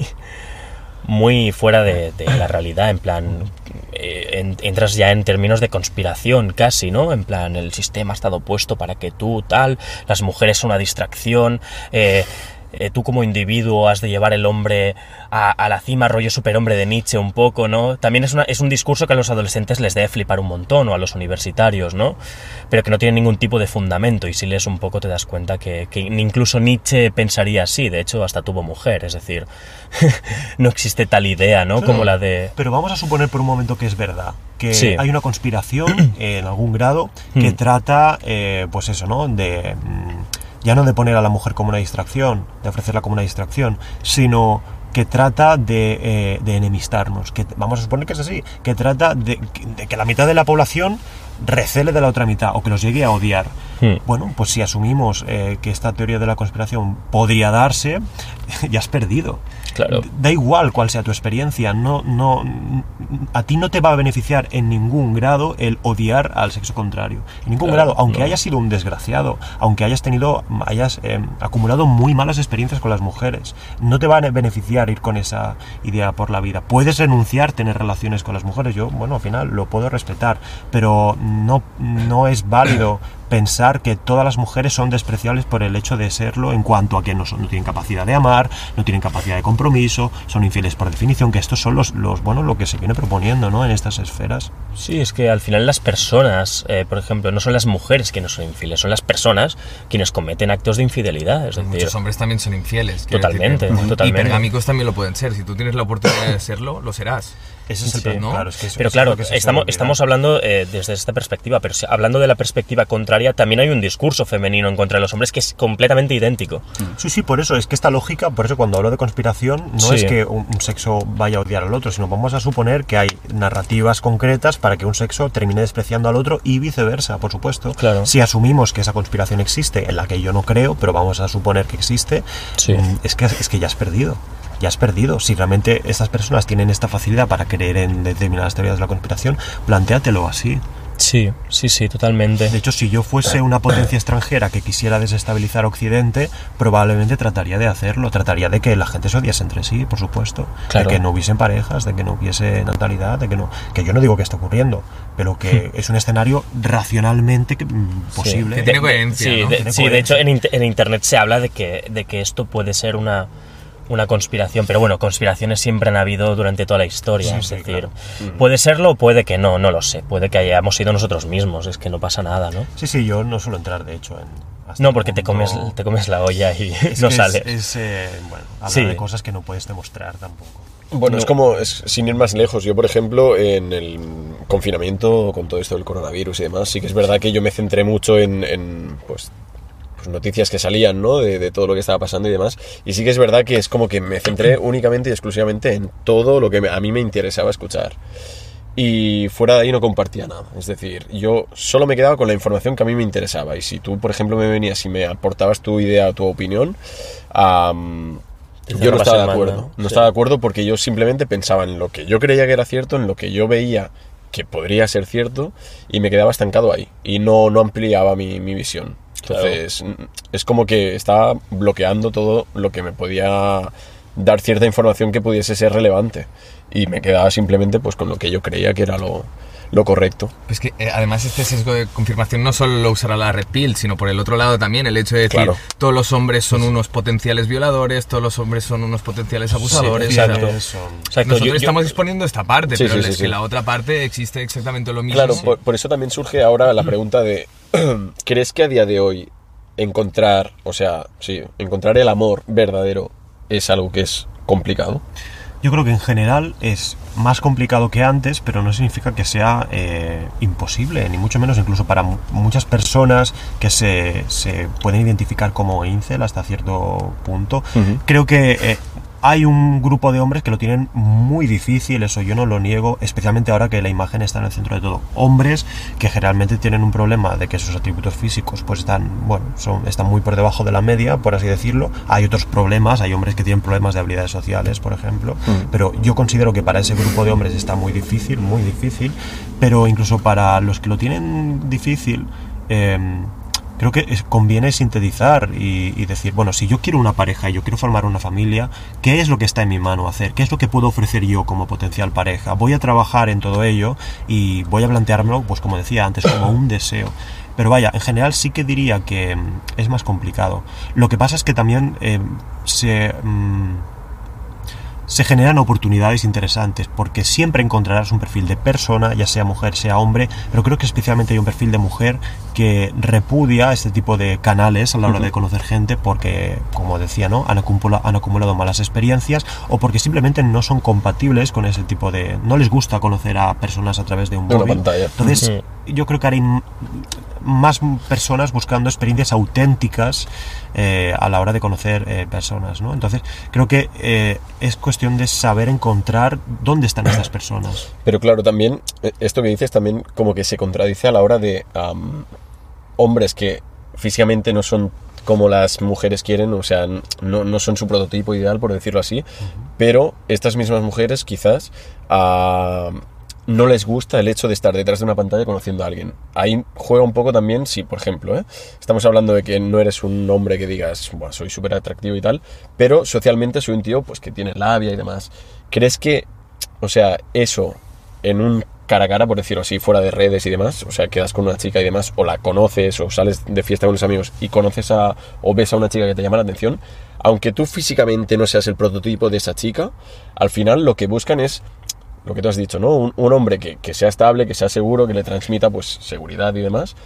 muy fuera de la realidad, en plan, entras ya en términos de conspiración casi, ¿no? En plan, el sistema ha estado puesto para que tú, tal, las mujeres son una distracción, tú como individuo has de llevar el hombre a la cima, rollo superhombre de Nietzsche un poco, ¿no? También es un discurso que a los adolescentes les debe flipar un montón, o a los universitarios, ¿no? Pero que no tiene ningún tipo de fundamento, y si lees un poco te das cuenta que incluso Nietzsche pensaría así, de hecho hasta tuvo mujer, es decir, no existe tal idea, ¿no? Claro, como la de... Pero vamos a suponer por un momento que es verdad, que Sí. hay una conspiración en algún grado que trata, pues eso, ¿no? De... ya no de poner a la mujer como una distracción, de ofrecerla como una distracción, sino que trata de enemistarnos, que vamos a suponer que es así, que trata de que la mitad de la población recele de la otra mitad o que los llegue a odiar. Bueno, pues si asumimos que esta teoría de la conspiración podría darse, ya has perdido. Claro. Da igual cuál sea tu experiencia, a ti no te va a beneficiar en ningún grado el odiar al sexo contrario. En ningún Claro, grado, aunque no. hayas sido un desgraciado, aunque hayas acumulado muy malas experiencias con las mujeres, no te va a beneficiar ir con esa idea por la vida. Puedes renunciar a tener relaciones con las mujeres, yo, bueno, al final lo puedo respetar, pero no es válido pensar que todas las mujeres son despreciables por el hecho de serlo, en cuanto a que no tienen capacidad de amar, no tienen capacidad de compromiso, son infieles por definición, que estos son lo que se viene proponiendo, ¿no? En estas esferas. Sí, es que al final las personas, por ejemplo, no son las mujeres quienes son infieles, son las personas quienes cometen actos de infidelidad. Es decir, Muchos hombres también son infieles. quiero Totalmente, decirte. totalmente. Y pergámicos también lo pueden ser. Si tú tienes la oportunidad de serlo, lo serás. Ese es el Sí, problema, ¿no? claro, es que eso pero es claro, lo que se suele olvidar. estamos hablando desde esta perspectiva, pero hablando de la perspectiva contraria, también hay un discurso femenino en contra de los hombres que es completamente idéntico. Sí, por eso, es que esta lógica, por eso cuando hablo de conspiración, no Sí. es que un sexo vaya a odiar al otro, sino vamos a suponer que hay narrativas concretas para que un sexo termine despreciando al otro y viceversa, por supuesto. Claro. Si asumimos que esa conspiración existe, en la que yo no creo, pero vamos a suponer que existe, Sí. es que ya has perdido. Ya has perdido. Si realmente estas personas tienen esta facilidad para creer en determinadas teorías de la conspiración, plantéatelo así. Sí, totalmente. De hecho, si yo fuese una potencia extranjera que quisiera desestabilizar Occidente, probablemente trataría de hacerlo, trataría de que la gente se odiase entre sí, por supuesto, Claro. de que no hubiesen parejas, de que no hubiese natalidad, que yo no digo que esté ocurriendo, pero que es un escenario racionalmente posible. Que tiene coherencia, Sí, ¿no? de, Tiene sí, de coherencia. hecho en internet se habla de que esto puede ser una conspiración, pero bueno, conspiraciones siempre han habido durante toda la historia, Sí, es sí, decir, claro. puede serlo o puede que no lo sé, puede que hayamos sido nosotros mismos, es que no pasa nada, ¿no? Sí, yo no suelo entrar, de hecho, hasta No, el porque te punto- comes la olla y Es no que sale. Bueno, hablar Sí. de cosas que no puedes demostrar tampoco. Bueno, sin ir más lejos, yo por ejemplo en el confinamiento con todo esto del coronavirus y demás, sí que es verdad que yo me centré mucho en pues noticias que salían, ¿no? De todo lo que estaba pasando y demás, y sí que es verdad que es como que me centré únicamente y exclusivamente en todo lo que a mí me interesaba escuchar. Y fuera de ahí no compartía nada. Es decir, yo solo me quedaba con la información que a mí me interesaba. Y si tú, por ejemplo, me venías y me aportabas tu idea o tu opinión, yo no estaba de acuerdo. No estaba de acuerdo porque yo simplemente pensaba en lo que yo creía que era cierto, en lo que yo veía que podría ser cierto, y me quedaba estancado ahí. Y no ampliaba mi visión. Entonces, es como que estaba bloqueando todo lo que me podía dar cierta información que pudiese ser relevante. Y me quedaba simplemente pues con lo que yo creía que era lo correcto. Pues que además este sesgo de confirmación no solo lo usará la Red Pill, sino por el otro lado también el hecho de decir Claro. todos los hombres son unos potenciales violadores, todos los hombres son unos potenciales abusadores. Sí, exacto. Exacto, Nosotros estamos exponiendo esta parte, Sí, pero sí, es sí. que la otra parte existe exactamente lo mismo. Claro, por eso también surge ahora la pregunta de ¿crees que a día de hoy encontrar el amor verdadero es algo que es complicado? Yo creo que en general es más complicado que antes, pero no significa que sea imposible, ni mucho menos, incluso para muchas personas que se pueden identificar como incel hasta cierto punto. Uh-huh. Creo que hay un grupo de hombres que lo tienen muy difícil, eso yo no lo niego, especialmente ahora que la imagen está en el centro de todo. Hombres que generalmente tienen un problema de que sus atributos físicos pues están muy por debajo de la media, por así decirlo. Hay otros problemas, hay hombres que tienen problemas de habilidades sociales, por ejemplo, pero yo considero que para ese grupo de hombres está muy difícil, pero incluso para los que lo tienen difícil, creo que conviene sintetizar y decir, bueno, si yo quiero una pareja y yo quiero formar una familia, ¿qué es lo que está en mi mano hacer? ¿Qué es lo que puedo ofrecer yo como potencial pareja? Voy a trabajar en todo ello y voy a planteármelo, pues como decía antes, como un deseo. Pero vaya, en general sí que diría que es más complicado. Lo que pasa es que también se generan oportunidades interesantes, porque siempre encontrarás un perfil de persona, ya sea mujer, sea hombre, pero creo que especialmente hay un perfil de mujer que repudia este tipo de canales a la hora de conocer gente porque, como decía, ¿no? han acumulado malas experiencias o porque simplemente no son compatibles con ese tipo de... no les gusta conocer a personas a través de un móvil. Una pantalla. Entonces, yo creo que hay más personas buscando experiencias auténticas a la hora de conocer personas, ¿no? Entonces, creo que es cuestión de saber encontrar dónde están estas personas. Pero claro, también, esto que dices también como que se contradice a la hora de hombres que físicamente no son como las mujeres quieren, o sea, no son su prototipo ideal, por decirlo así, pero estas mismas mujeres quizás no les gusta el hecho de estar detrás de una pantalla conociendo a alguien. Ahí juega un poco también, si por ejemplo, estamos hablando de que no eres un hombre que digas, bueno, soy súper atractivo y tal, pero socialmente soy un tío pues que tiene labia y demás. ¿Crees que, o sea, eso en un cara a cara, por decirlo así, fuera de redes y demás, o sea, quedas con una chica y demás, o la conoces, o sales de fiesta con unos amigos y conoces o ves a una chica que te llama la atención, aunque tú físicamente no seas el prototipo de esa chica, al final lo que buscan es lo que tú has dicho, ¿no? Un hombre que sea estable, que sea seguro, que le transmita pues seguridad y demás.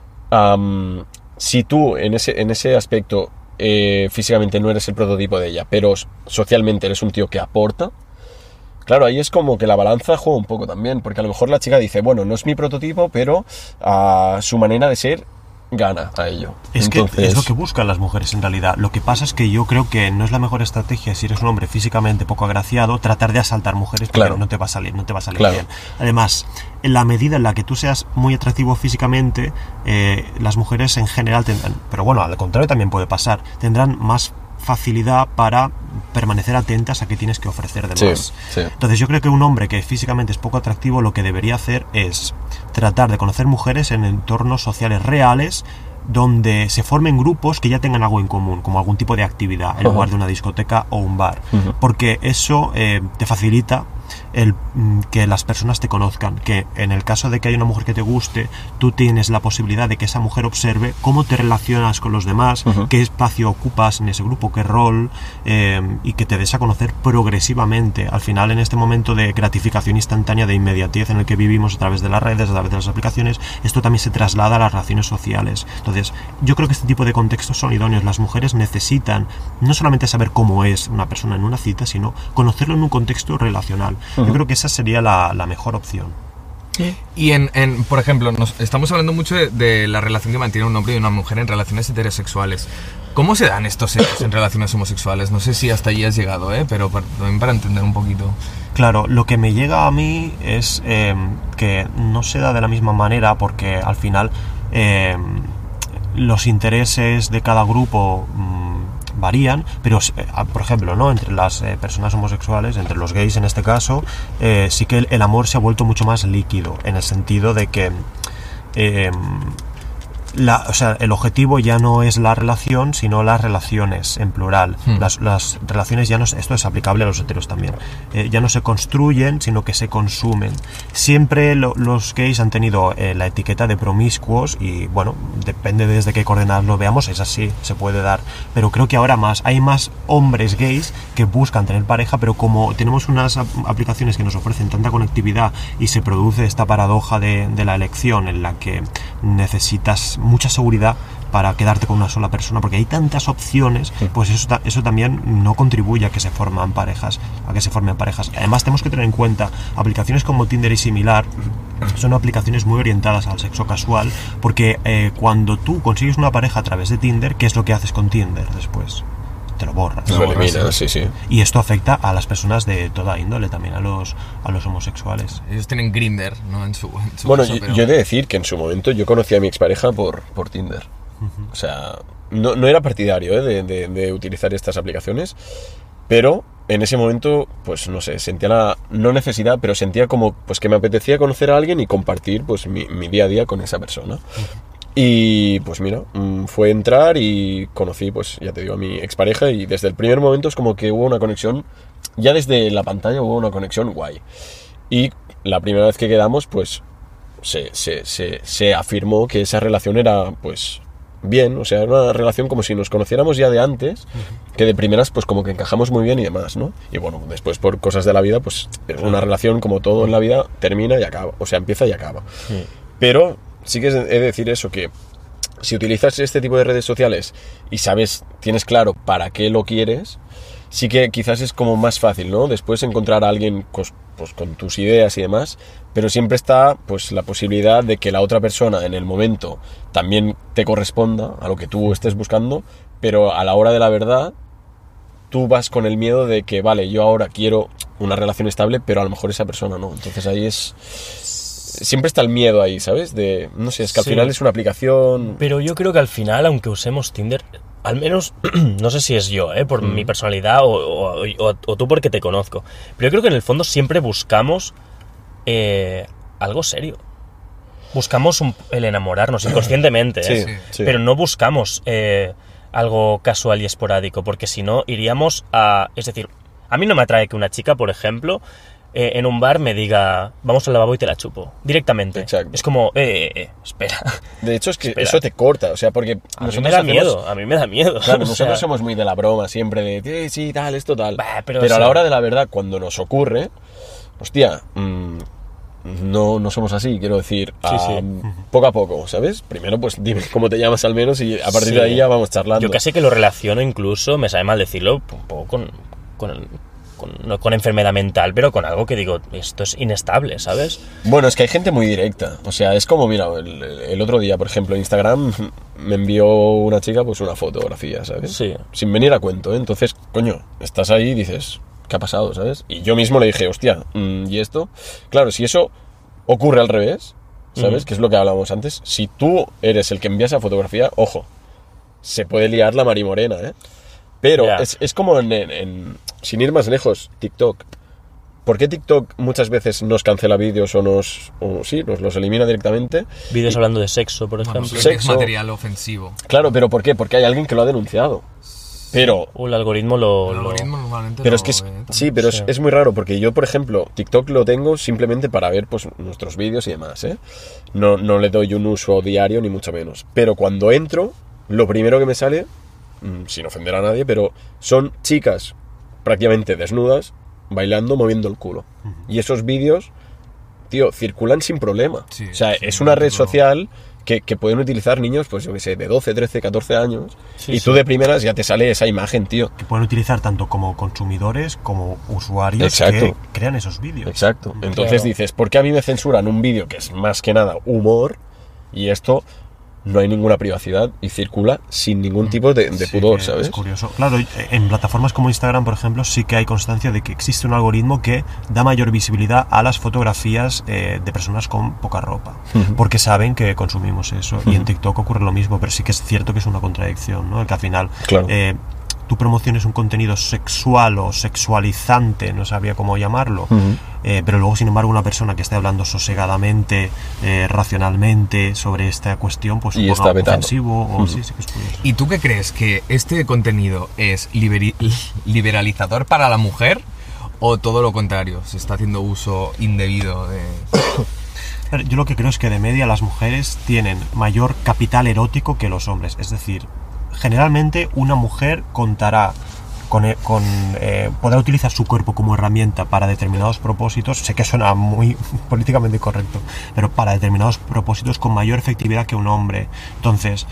Si tú en ese aspecto físicamente no eres el prototipo de ella, pero socialmente eres un tío que aporta, claro, ahí es como que la balanza juega un poco también, porque a lo mejor la chica dice, bueno, no es mi prototipo, pero su manera de ser gana a ello. Entonces, que es lo que buscan las mujeres en realidad. Lo que pasa es que yo creo que no es la mejor estrategia, si eres un hombre físicamente poco agraciado, tratar de asaltar mujeres, porque no te va a salir bien. Además, en la medida en la que tú seas muy atractivo físicamente, las mujeres en general tendrán, pero bueno, al contrario también puede pasar, tendrán más facilidad para permanecer atentas a qué tienes que ofrecer de más. Sí. Entonces yo creo que un hombre que físicamente es poco atractivo lo que debería hacer es tratar de conocer mujeres en entornos sociales reales donde se formen grupos que ya tengan algo en común, como algún tipo de actividad en lugar de una discoteca o un bar, porque eso te facilita que las personas te conozcan, que en el caso de que haya una mujer que te guste, tú tienes la posibilidad de que esa mujer observe cómo te relacionas con los demás, qué espacio ocupas en ese grupo, qué rol, y que te des a conocer progresivamente. Al final, en este momento de gratificación instantánea, de inmediatez en el que vivimos a través de las redes, a través de las aplicaciones, esto también se traslada a las relaciones sociales. Entonces, yo creo que este tipo de contextos son idóneos. Las mujeres necesitan no solamente saber cómo es una persona en una cita, sino conocerlo en un contexto relacional. Yo creo que esa sería la mejor opción. Y por ejemplo, estamos hablando mucho de la relación que mantiene un hombre y una mujer en relaciones heterosexuales. ¿Cómo se dan estos hechos en relaciones homosexuales? No sé si hasta allí has llegado, pero también para entender un poquito. Claro, lo que me llega a mí es que no se da de la misma manera, porque al final los intereses de cada grupo varían, pero por ejemplo, ¿no? Entre las personas homosexuales, entre los gays en este caso, sí que el amor se ha vuelto mucho más líquido, en el sentido de que el objetivo ya no es la relación, sino las relaciones en plural. Las relaciones ya no, esto es aplicable a los heteros también, ya no se construyen, sino que se consumen. Siempre los gays han tenido la etiqueta de promiscuos y bueno, depende desde qué coordenadas lo veamos, es así, se puede dar. Pero creo que ahora hay más hombres gays que buscan tener pareja, pero como tenemos unas aplicaciones que nos ofrecen tanta conectividad y se produce esta paradoja de la elección en la que necesitas mucha seguridad para quedarte con una sola persona, porque hay tantas opciones, pues eso también no contribuye a que se formen parejas. Además, tenemos que tener en cuenta aplicaciones como Tinder y similar. Son aplicaciones muy orientadas al sexo casual, porque cuando tú consigues una pareja a través de Tinder, ¿qué es lo que haces con Tinder después? te lo borras. Lo eliminas, sí. Y esto afecta a las personas de toda índole, también a los homosexuales. Ellos tienen Grindr, ¿no? En su Bueno, caso, pero... yo he de decir que en su momento yo conocí a mi expareja por Tinder. O sea, no era partidario de utilizar estas aplicaciones, pero en ese momento, pues no sé, sentía no necesidad, pero sentía como pues que me apetecía conocer a alguien y compartir pues mi día a día con esa persona. Y pues mira, fue entrar y conocí, pues ya te digo, a mi expareja, y desde el primer momento es como que hubo una conexión, ya desde la pantalla hubo una conexión guay. Y la primera vez que quedamos, pues se afirmó que esa relación era pues bien, o sea, era una relación como si nos conociéramos ya de antes, que de primeras pues como que encajamos muy bien y demás, ¿no? Y bueno, después por cosas de la vida, pues una relación como todo en la vida termina y acaba, o sea, empieza y acaba. Pero sí que he de decir eso, que si utilizas este tipo de redes sociales y tienes claro para qué lo quieres, sí que quizás es como más fácil, ¿no? Después encontrar a alguien pues con tus ideas y demás, pero siempre está pues la posibilidad de que la otra persona en el momento también te corresponda a lo que tú estés buscando, pero a la hora de la verdad tú vas con el miedo de que, vale, yo ahora quiero una relación estable, pero a lo mejor esa persona no. Entonces ahí siempre está el miedo ahí, ¿sabes? No sé, es que al final es una aplicación... Pero yo creo que al final, aunque usemos Tinder, al menos, no sé si es yo, por mi personalidad o tú porque te conozco, pero yo creo que en el fondo siempre buscamos algo serio. Buscamos el enamorarnos inconscientemente, Sí. pero no buscamos algo casual y esporádico, porque si no iríamos a... Es decir, a mí no me atrae que una chica, por ejemplo... en un bar me diga, vamos al lavabo y te la chupo, directamente. Exacto. Es como, espera. De hecho, es que Espera. eso te corta, o sea, porque A mí me da miedo. Claro, O nosotros sea, somos muy de la broma siempre, de sí, tal, esto, tal. Bah, pero pero o a la sea- hora de la verdad, cuando nos ocurre, hostia, no somos así, quiero decir, Sí. poco a poco, ¿sabes? Primero, pues dime cómo te llamas al menos y a partir Sí. de ahí ya vamos charlando. Yo casi que lo relaciono incluso, me sabe mal decirlo, un poco no con enfermedad mental, pero con algo que digo, esto es inestable, ¿sabes? Bueno, es que hay gente muy directa. O sea, es como, mira, el otro día, por ejemplo, en Instagram me envió una chica pues una fotografía, ¿sabes? Sí. Sin venir a cuento, ¿eh? Entonces, coño, estás ahí y dices, ¿qué ha pasado, sabes? Y yo mismo le dije, hostia, ¿y esto? Claro, si eso ocurre al revés, ¿sabes? Que es lo que hablábamos antes. Si tú eres el que envía esa fotografía, ojo, se puede liar la marimorena, ¿eh? Pero Ya. es como sin ir más lejos, TikTok. ¿Por qué TikTok muchas veces nos cancela vídeos o nos los elimina directamente? Vídeos hablando de sexo, por Bueno, ejemplo. sí que es Sexo. material ofensivo. Claro, pero ¿por qué? Porque hay alguien que lo ha denunciado. Pero, El algoritmo lo... El algoritmo normalmente pero lo es que ve también. sí, pero Sí. es muy raro porque yo, por ejemplo, TikTok lo tengo simplemente para ver pues nuestros vídeos y demás, ¿eh? No le doy un uso diario ni mucho menos. Pero cuando entro, lo primero que me sale, sin ofender a nadie, pero son chicas prácticamente desnudas, bailando, moviendo el culo. Y esos vídeos, tío, circulan sin problema. Sí, o sea, sí, es una red digo- social que pueden utilizar niños, pues yo que sé, de 12, 13, 14 años. Sí, y tú sí. de primeras ya te sale esa imagen, tío. Que pueden utilizar tanto como consumidores como usuarios Exacto. que crean esos vídeos. Exacto. Entonces Claro. dices, ¿por qué a mí me censuran un vídeo que es más que nada humor y esto no hay ninguna privacidad y circula sin ningún tipo de Sí, pudor, que ¿sabes? Es curioso. Claro, en plataformas como Instagram, por ejemplo, sí que hay constancia de que existe un algoritmo que da mayor visibilidad a las fotografías de personas con poca ropa, porque saben que consumimos eso. Y en TikTok ocurre lo mismo, pero sí que es cierto que es una contradicción, ¿no? El que al final Claro. tú promociones un contenido sexual o sexualizante, no sabría cómo llamarlo, pero luego, sin embargo, una persona que esté hablando sosegadamente, racionalmente sobre esta cuestión, pues Y un está poco vetado. ofensivo, o sí que es curioso. ¿Y tú qué crees? ¿Que este contenido es liberalizador para la mujer o todo lo contrario? ¿Se está haciendo uso indebido de...? Pero yo lo que creo es que de media las mujeres tienen mayor capital erótico que los hombres. Es decir, generalmente una mujer contará podrá utilizar su cuerpo como herramienta para determinados propósitos. Sé que suena muy políticamente correcto, pero para determinados propósitos con mayor efectividad que un hombre. Entonces,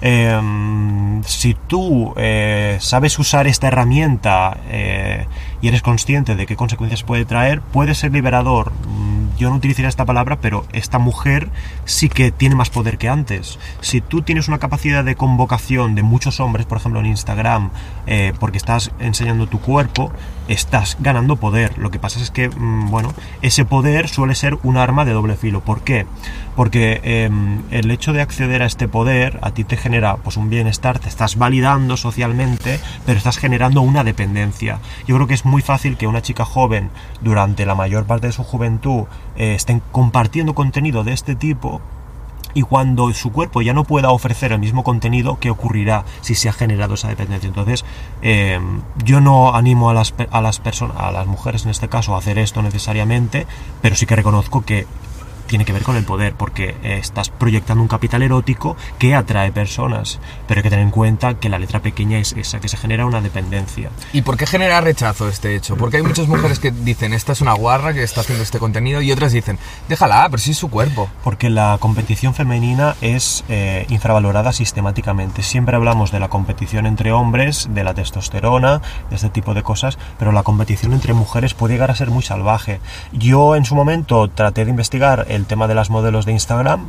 si tú sabes usar esta herramienta y eres consciente de qué consecuencias puede traer, puede ser liberador yo no utilizaría esta palabra, pero esta mujer sí que tiene más poder que antes. Si tú tienes una capacidad de convocación de muchos hombres, por ejemplo en Instagram, porque estás enseñando tu cuerpo, estás ganando poder. Lo que pasa es que, bueno, ese poder suele ser un arma de doble filo. ¿Por qué? Porque el hecho de acceder a este poder a ti te genera pues un bienestar, te estás validando socialmente, pero estás generando una dependencia. Yo creo que es muy fácil que una chica joven durante la mayor parte de su juventud estén compartiendo contenido de este tipo, y cuando su cuerpo ya no pueda ofrecer el mismo contenido, ¿qué ocurrirá si se ha generado esa dependencia? Entonces, yo no animo a las personas, a las mujeres en este caso, a hacer esto necesariamente, pero sí que reconozco que tiene que ver con el poder, porque estás proyectando un capital erótico que atrae personas, pero hay que tener en cuenta que la letra pequeña es esa, que se genera una dependencia. ¿Y por qué genera rechazo este hecho? Porque hay muchas mujeres que dicen, esta es una guarra que está haciendo este contenido, y otras dicen, déjala, pero sí es su cuerpo. Porque la competición femenina es infravalorada sistemáticamente. Siempre hablamos de la competición entre hombres, de la testosterona, de este tipo de cosas, pero la competición entre mujeres puede llegar a ser muy salvaje. Yo en su momento traté de investigar el tema de las modelos de Instagram,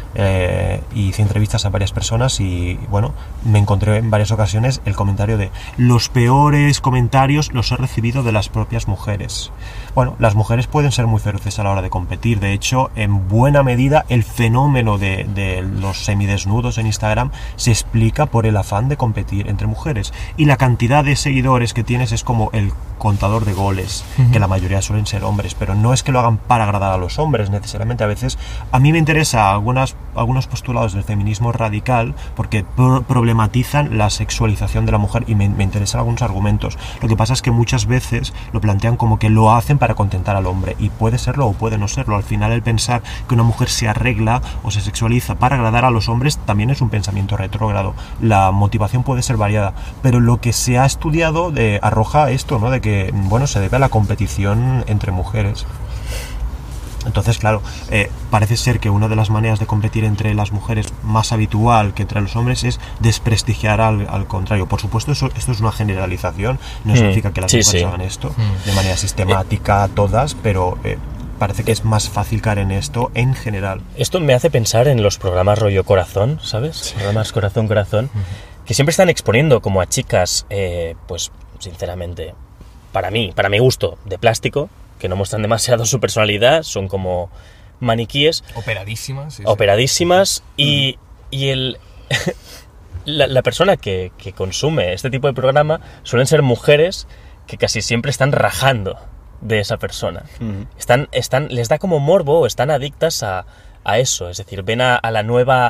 hice entrevistas a varias personas y bueno, me encontré en varias ocasiones el comentario de los peores comentarios los he recibido de las propias mujeres. Bueno, las mujeres pueden ser muy feroces a la hora de competir. De hecho, en buena medida el fenómeno de los semidesnudos en Instagram se explica por el afán de competir entre mujeres, y la cantidad de seguidores que tienes es como el contador de goles, que la mayoría suelen ser hombres, pero no es que lo hagan para agradar a los hombres necesariamente. A veces a mí me interesa algunos postulados del feminismo radical porque problematizan la sexualización de la mujer, y me interesan algunos argumentos. Lo que pasa es que muchas veces lo plantean como que lo hacen para contentar al hombre, y puede serlo o puede no serlo. Al final, el pensar que una mujer se arregla o se sexualiza para agradar a los hombres también es un pensamiento retrógrado. La motivación puede ser variada, pero lo que se ha estudiado arroja esto, ¿no? De que, bueno, se debe a la competición entre mujeres. Entonces, claro, parece ser que una de las maneras de competir entre las mujeres más habitual que entre los hombres es desprestigiar al contrario. Por supuesto, esto es una generalización, no significa que las mujeres hagan esto de manera sistemática, todas, pero parece que es más fácil caer en esto en general. Esto me hace pensar en los programas rollo corazón, ¿sabes? Sí. Programas corazón, que siempre están exponiendo como a chicas, pues sinceramente, para mi gusto, de plástico, que no muestran demasiado su personalidad, son como maniquíes. Operadísimas. Sí, operadísimas, sí. Y la persona que consume este tipo de programa suelen ser mujeres que casi siempre están rajando de esa persona. Les da como morbo, o están adictas a eso. Es decir, ven a la nueva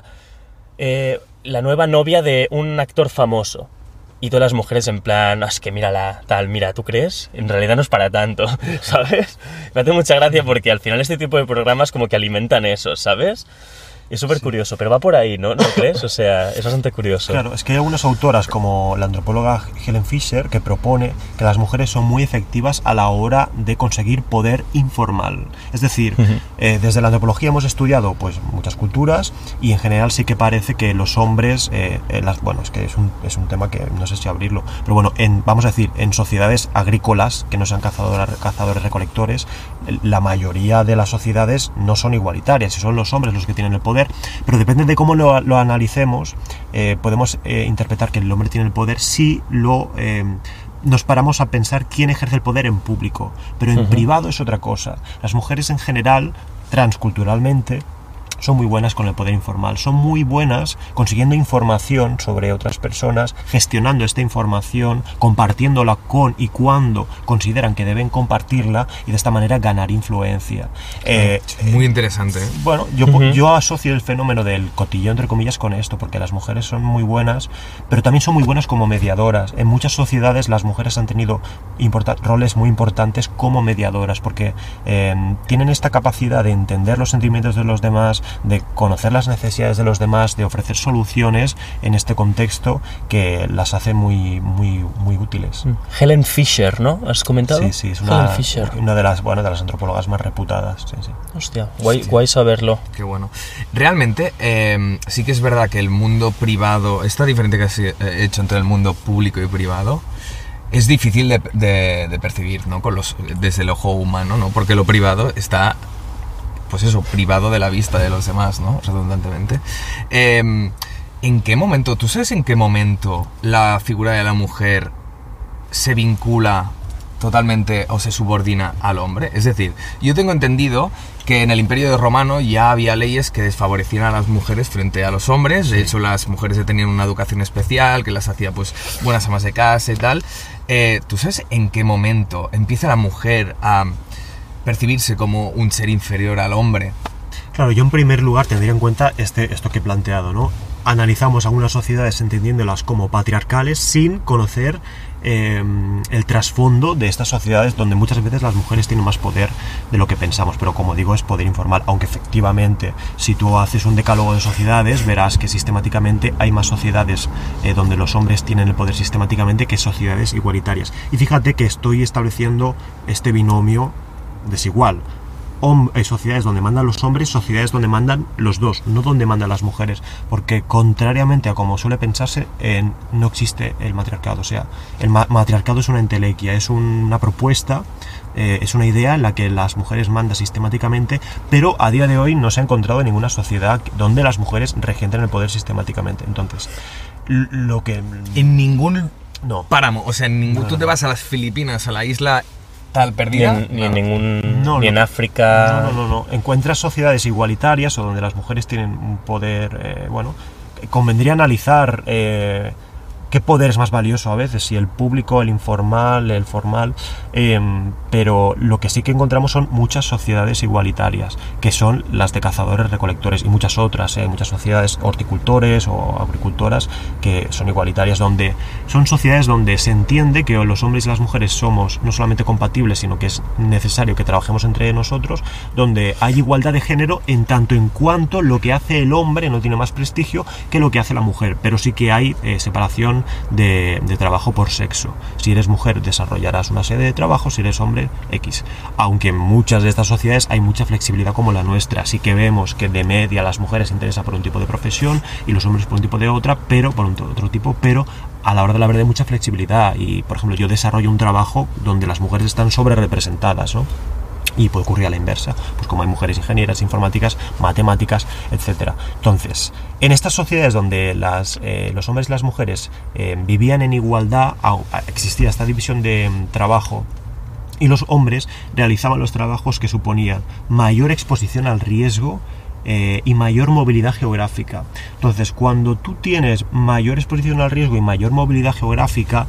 novia de un actor famoso. Y todas las mujeres en plan, es que mírala, tal, mira, ¿tú crees? En realidad no es para tanto, ¿sabes? Me hace mucha gracia porque al final este tipo de programas como que alimentan eso, ¿sabes? Es súper curioso, pero va por ahí, ¿no? ¿No crees? O sea, es bastante curioso. Claro, es que hay algunas autoras como la antropóloga Helen Fisher que propone que las mujeres son muy efectivas a la hora de conseguir poder informal. Es decir, desde la antropología hemos estudiado pues muchas culturas, y en general sí que parece que los hombres, bueno, es que es un tema que no sé si abrirlo, pero bueno, vamos a decir, en sociedades agrícolas que no sean cazadores-recolectores, la mayoría de las sociedades no son igualitarias y son los hombres los que tienen el poder. Pero depende de cómo lo analicemos, podemos interpretar que el hombre tiene el poder si nos paramos a pensar quién ejerce el poder en público, pero en privado es otra cosa. Las mujeres en general, transculturalmente, son muy buenas con el poder informal, son muy buenas consiguiendo información sobre otras personas, gestionando esta información, compartiéndola con y cuando consideran que deben compartirla, y de esta manera ganar influencia. Muy interesante. Bueno, yo asocio el fenómeno del cotilleo, entre comillas, con esto, porque las mujeres son muy buenas, pero también son muy buenas como mediadoras. En muchas sociedades las mujeres han tenido roles muy importantes como mediadoras, porque tienen esta capacidad de entender los sentimientos de los demás, de conocer las necesidades de los demás, de ofrecer soluciones en este contexto que las hace muy, muy, muy útiles. Helen Fisher, ¿no? ¿Has comentado? Sí, es una de las antropólogas más reputadas. Sí. Hostia, guay saberlo. Qué bueno. Realmente, sí que es verdad que el mundo privado, esta diferencia que has hecho entre el mundo público y privado, es difícil de percibir, ¿no? Desde el ojo humano, ¿no? Porque lo privado está pues eso, privado de la vista de los demás, ¿no? Redundantemente. ¿En qué momento, tú sabes en qué momento la figura de la mujer se vincula totalmente o se subordina al hombre? Es decir, yo tengo entendido que en el Imperio Romano ya había leyes que desfavorecían a las mujeres frente a los hombres. De hecho, las mujeres tenían una educación especial que las hacía pues buenas amas de casa y tal. ¿Tú sabes en qué momento empieza la mujer a percibirse como un ser inferior al hombre? Claro, yo en primer lugar tendría en cuenta esto que he planteado, ¿no? Analizamos algunas sociedades entendiéndolas como patriarcales sin conocer el trasfondo de estas sociedades donde muchas veces las mujeres tienen más poder de lo que pensamos, pero como digo, es poder informal, aunque efectivamente si tú haces un decálogo de sociedades verás que sistemáticamente hay más sociedades donde los hombres tienen el poder sistemáticamente que sociedades igualitarias. Y fíjate que estoy estableciendo este binomio desigual. Hay sociedades donde mandan los hombres, sociedades donde mandan los dos, no donde mandan las mujeres, porque contrariamente a como suele pensarse, no existe el matriarcado. O sea, el matriarcado es una entelequia, es una propuesta, es una idea en la que las mujeres mandan sistemáticamente, pero a día de hoy no se ha encontrado en ninguna sociedad donde las mujeres regenten el poder sistemáticamente. Entonces, lo que... En ningún No. páramo, o sea, tú te vas a las Filipinas, a la isla tal perdida. Ni en ningún. No, ni en no. África. No. Encuentras sociedades igualitarias o donde las mujeres tienen un poder, convendría analizar qué poder es más valioso a veces, si el público, el informal, el formal, pero lo que sí que encontramos son muchas sociedades igualitarias, que son las de cazadores-recolectores y muchas otras, muchas sociedades horticultores o agricultoras que son igualitarias, donde son sociedades donde se entiende que los hombres y las mujeres somos no solamente compatibles, sino que es necesario que trabajemos entre nosotros, donde hay igualdad de género en tanto en cuanto lo que hace el hombre no tiene más prestigio que lo que hace la mujer, pero sí que hay separación de trabajo por sexo. Si eres mujer desarrollarás una serie de trabajos, si eres hombre X. Aunque en muchas de estas sociedades hay mucha flexibilidad como la nuestra, así que vemos que de media las mujeres se interesan por un tipo de profesión y los hombres por un tipo de otra, pero por otro tipo, pero a la hora de la verdad hay mucha flexibilidad y, por ejemplo, yo desarrollo un trabajo donde las mujeres están sobre representadas, ¿no? Y puede ocurrir a la inversa, pues como hay mujeres ingenieras, informáticas, matemáticas, etc. Entonces, en estas sociedades donde los hombres y las mujeres vivían en igualdad, existía esta división de trabajo y los hombres realizaban los trabajos que suponían mayor exposición al riesgo y mayor movilidad geográfica. Entonces, cuando tú tienes mayor exposición al riesgo y mayor movilidad geográfica,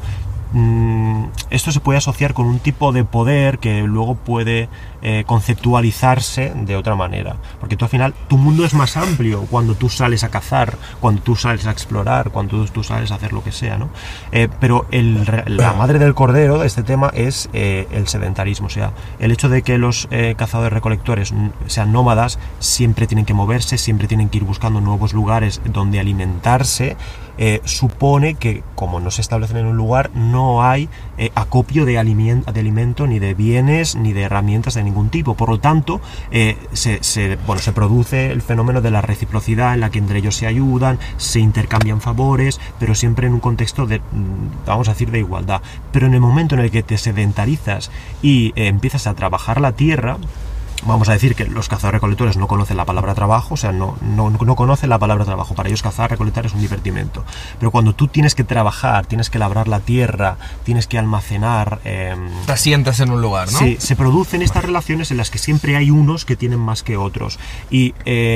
esto se puede asociar con un tipo de poder que luego puede conceptualizarse de otra manera, porque tú al final tu mundo es más amplio cuando tú sales a cazar, cuando tú sales a explorar, cuando tú sales a hacer lo que sea, ¿no? Pero la madre del cordero de este tema es el sedentarismo, o sea, el hecho de que los cazadores recolectores sean nómadas, siempre tienen que moverse, siempre tienen que ir buscando nuevos lugares donde alimentarse, supone que como no se establecen en un lugar, no hay acopio de alimento, ni de bienes, ni de herramientas de ningún tipo. Por lo tanto, se produce el fenómeno de la reciprocidad en la que entre ellos se ayudan, se intercambian favores, pero siempre en un contexto de, vamos a decir, de igualdad. Pero en el momento en el que te sedentarizas y empiezas a trabajar la tierra, vamos a decir que los cazadores-recolectores no conocen la palabra trabajo, o sea, no conocen la palabra trabajo. Para ellos cazar, recolectar es un divertimento. Pero cuando tú tienes que trabajar, tienes que labrar la tierra, tienes que almacenar... te asientas en un lugar, ¿no? Sí, se producen estas relaciones en las que siempre hay unos que tienen más que otros. Y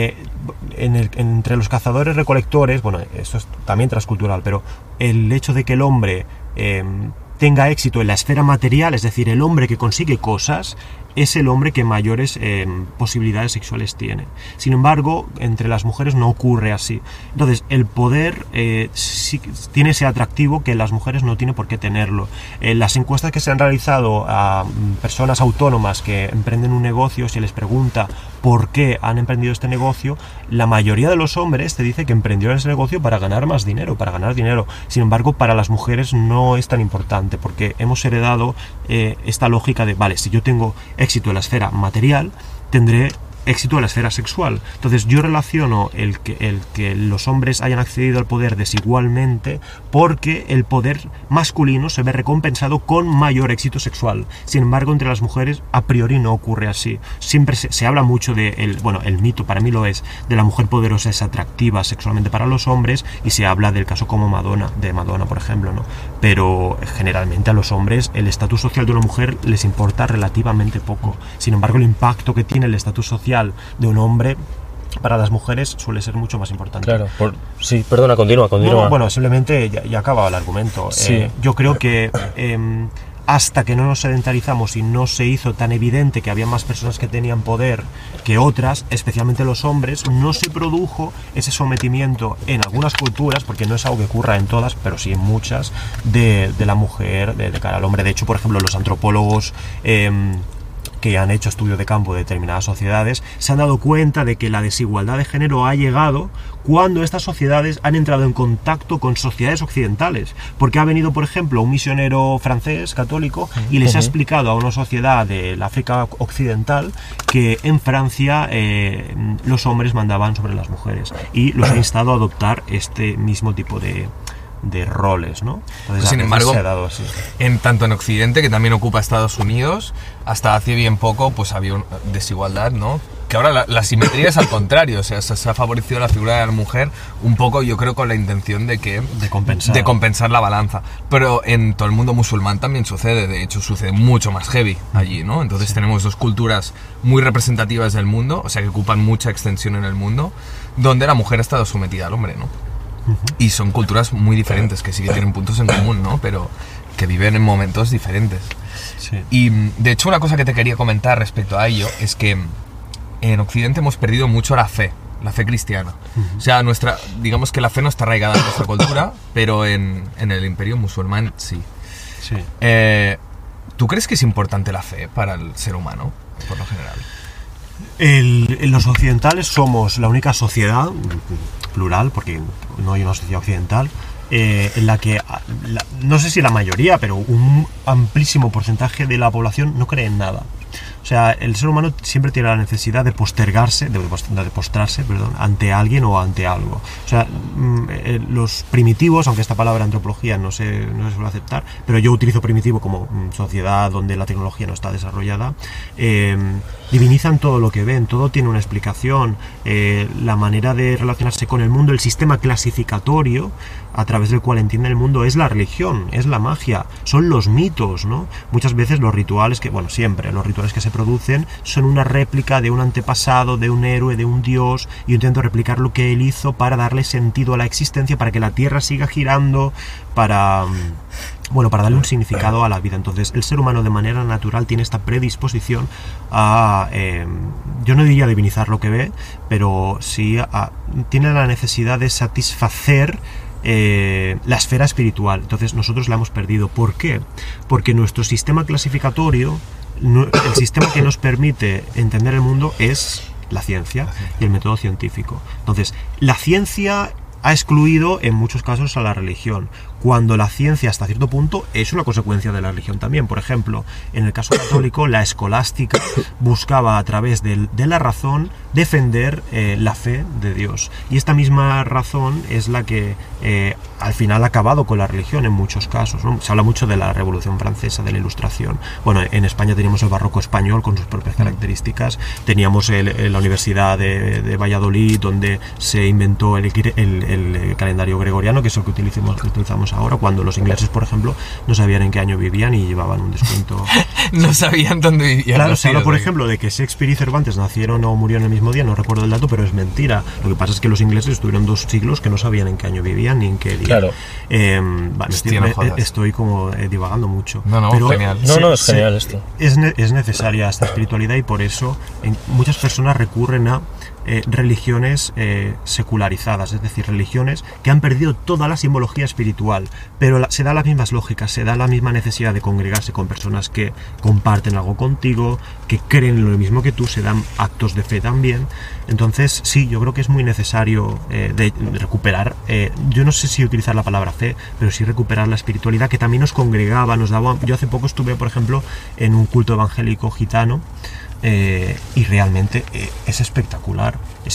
entre los cazadores-recolectores, bueno, esto es también transcultural, pero el hecho de que el hombre tenga éxito en la esfera material, es decir, el hombre que consigue cosas, es el hombre que mayores posibilidades sexuales tiene. Sin embargo, entre las mujeres no ocurre así. Entonces, el poder sí tiene ese atractivo que las mujeres no tienen por qué tenerlo. Las encuestas que se han realizado a personas autónomas que emprenden un negocio, se les pregunta por qué han emprendido este negocio, la mayoría de los hombres te dice que emprendieron ese negocio para ganar más dinero, para ganar dinero. Sin embargo, para las mujeres no es tan importante, porque hemos heredado esta lógica de, vale, si yo tengo éxito en la esfera material, tendré éxito de la esfera sexual. Entonces yo relaciono el que los hombres hayan accedido al poder desigualmente porque el poder masculino se ve recompensado con mayor éxito sexual. Sin embargo, entre las mujeres a priori no ocurre así. Siempre se habla mucho de el mito, para mí lo es, de la mujer poderosa es atractiva sexualmente para los hombres, y se habla del caso como Madonna, por ejemplo, ¿no? Pero generalmente a los hombres el estatus social de una mujer les importa relativamente poco. Sin embargo, el impacto que tiene el estatus social de un hombre para las mujeres suele ser mucho más importante. Claro, sí, perdona, continúa. No, bueno, simplemente ya acababa el argumento. Sí. Yo creo que hasta que no nos sedentarizamos y no se hizo tan evidente que había más personas que tenían poder que otras, especialmente los hombres, no se produjo ese sometimiento en algunas culturas, porque no es algo que ocurra en todas, pero sí en muchas, de la mujer de cara al hombre. De hecho, por ejemplo, los antropólogos que han hecho estudio de campo de determinadas sociedades se han dado cuenta de que la desigualdad de género ha llegado cuando estas sociedades han entrado en contacto con sociedades occidentales, porque ha venido, por ejemplo, un misionero francés católico y les ha explicado a una sociedad del África occidental que en Francia los hombres mandaban sobre las mujeres, y los ha instado a adoptar este mismo tipo de roles, ¿no? Entonces, sin embargo, se ha dado así. Tanto en Occidente, que también ocupa Estados Unidos, hasta hace bien poco pues había una desigualdad, ¿no? Que ahora la simetría es al contrario, o sea, se ha favorecido la figura de la mujer un poco, yo creo, con la intención de compensar la balanza. Pero en todo el mundo musulmán también sucede, de hecho sucede mucho más heavy allí, ¿no? Entonces tenemos dos culturas muy representativas del mundo, o sea, que ocupan mucha extensión en el mundo, donde la mujer ha estado sometida al hombre, ¿no? Y son culturas muy diferentes, que sí que tienen puntos en común, ¿no? Pero que viven en momentos diferentes. Sí. Y de hecho, una cosa que te quería comentar respecto a ello es que en Occidente hemos perdido mucho la fe cristiana. O sea, digamos que la fe no está arraigada en nuestra cultura, pero en el imperio musulmán sí. Sí. ¿Tú crees que es importante la fe para el ser humano, por lo general? Los occidentales somos la única sociedad plural, porque no hay una sociedad occidental, en la que, no sé si la mayoría, pero un amplísimo porcentaje de la población no cree en nada. O sea, el ser humano siempre tiene la necesidad de postrarse ante alguien o ante algo. O sea, los primitivos, aunque esta palabra antropología no se suele aceptar, pero yo utilizo primitivo como sociedad donde la tecnología no está desarrollada, divinizan todo lo que ven, todo tiene una explicación, la manera de relacionarse con el mundo, el sistema clasificatorio a través del cual entienden el mundo es la religión, es la magia, son los mitos, ¿no? Muchas veces los rituales siempre los rituales que se producen son una réplica de un antepasado, de un héroe, de un dios, y yo intento replicar lo que él hizo para darle sentido a la existencia, para que la Tierra siga girando, para darle un significado a la vida. Entonces, el ser humano de manera natural tiene esta predisposición a, yo no diría divinizar lo que ve, pero sí tiene la necesidad de satisfacer la esfera espiritual. Entonces nosotros la hemos perdido. ¿Por qué? Porque nuestro sistema clasificatorio, el sistema que nos permite entender el mundo es la ciencia y el método científico. Entonces, la ciencia ha excluido en muchos casos a la religión, cuando la ciencia hasta cierto punto es una consecuencia de la religión también. Por ejemplo, en el caso católico, la escolástica buscaba a través de la razón defender la fe de Dios, y esta misma razón es la que al final ha acabado con la religión en muchos casos, ¿no? Se habla mucho de la Revolución Francesa, de la Ilustración. Bueno, en España teníamos el barroco español con sus propias características, teníamos la Universidad de Valladolid, donde se inventó el calendario gregoriano, que es el que utilizamos ahora, cuando los ingleses, por ejemplo, no sabían en qué año vivían y llevaban un descuento. No sabían dónde vivían. Claro, se habla, por ejemplo, de que Shakespeare y Cervantes nacieron o murieron el mismo día, no recuerdo el dato, pero es mentira. Lo que pasa es que los ingleses estuvieron 2 siglos que no sabían en qué año vivían ni en qué día. Claro. Estoy como divagando mucho. No, genial. Es genial esto. Es necesaria esta espiritualidad, y por eso muchas personas recurren a religiones secularizadas, es decir, religiones que han perdido toda la simbología espiritual, pero se da las mismas lógicas, se da la misma necesidad de congregarse con personas que comparten algo contigo, que creen en lo mismo que tú, se dan actos de fe también. Entonces sí, yo creo que es muy necesario de recuperar, yo no sé si utilizar la palabra fe, pero sí recuperar la espiritualidad que también nos congregaba, nos daba. Yo hace poco estuve, por ejemplo, en un culto evangélico gitano, y realmente es espectacular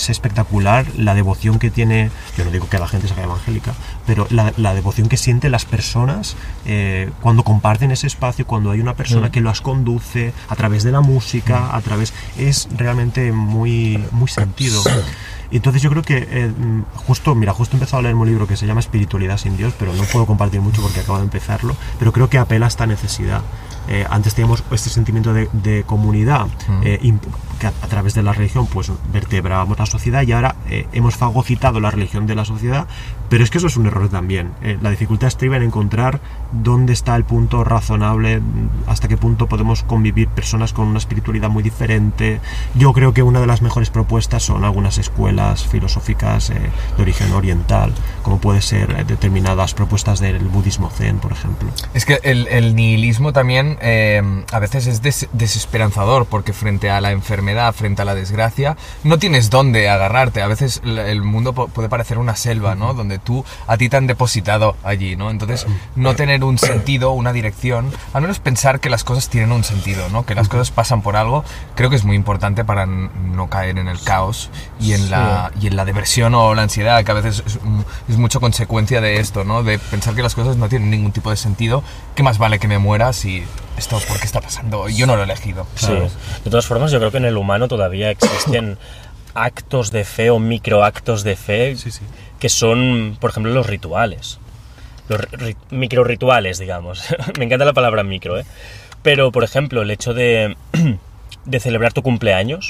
la devoción que tiene, yo no digo que la gente sea evangélica, pero la devoción que sienten las personas cuando comparten ese espacio, cuando hay una persona que los conduce a través de la música, es realmente muy, muy sentido. Entonces yo creo que justo he empezado a leer un libro que se llama Espiritualidad sin Dios, pero no puedo compartir mucho porque acabo de empezarlo, pero creo que apela a esta necesidad. Antes teníamos este sentimiento de comunidad que a través de la religión pues vertebrábamos la sociedad, y ahora hemos fagocitado la religión de la sociedad, pero es que eso es un error también. La dificultad estriba en encontrar dónde está el punto razonable, hasta qué punto podemos convivir personas con una espiritualidad muy diferente. Yo creo que una de las mejores propuestas son algunas escuelas filosóficas de origen oriental, como puede ser determinadas propuestas del budismo zen, por ejemplo. Es que el nihilismo también a veces es desesperanzador, porque frente a la enfermedad, frente a la desgracia, no tienes dónde agarrarte. A veces el mundo puede parecer una selva, ¿no? Donde a ti te han depositado allí, ¿no? Entonces, no tener un sentido, una dirección, al menos pensar que las cosas tienen un sentido, ¿no? Que las cosas pasan por algo, creo que es muy importante para no caer en el caos y en la depresión o la ansiedad, que a veces es mucho consecuencia de esto, ¿no? De pensar que las cosas no tienen ningún tipo de sentido, que más vale que me muera si esto, ¿por qué está pasando? Yo no lo he elegido. ¿Sabes? Sí. De todas formas, yo creo que en el humano todavía existen actos de fe o microactos de fe que son, por ejemplo, los rituales. Los micro rituales, digamos. Me encanta la palabra micro, ¿eh? Pero, por ejemplo, el hecho de celebrar tu cumpleaños,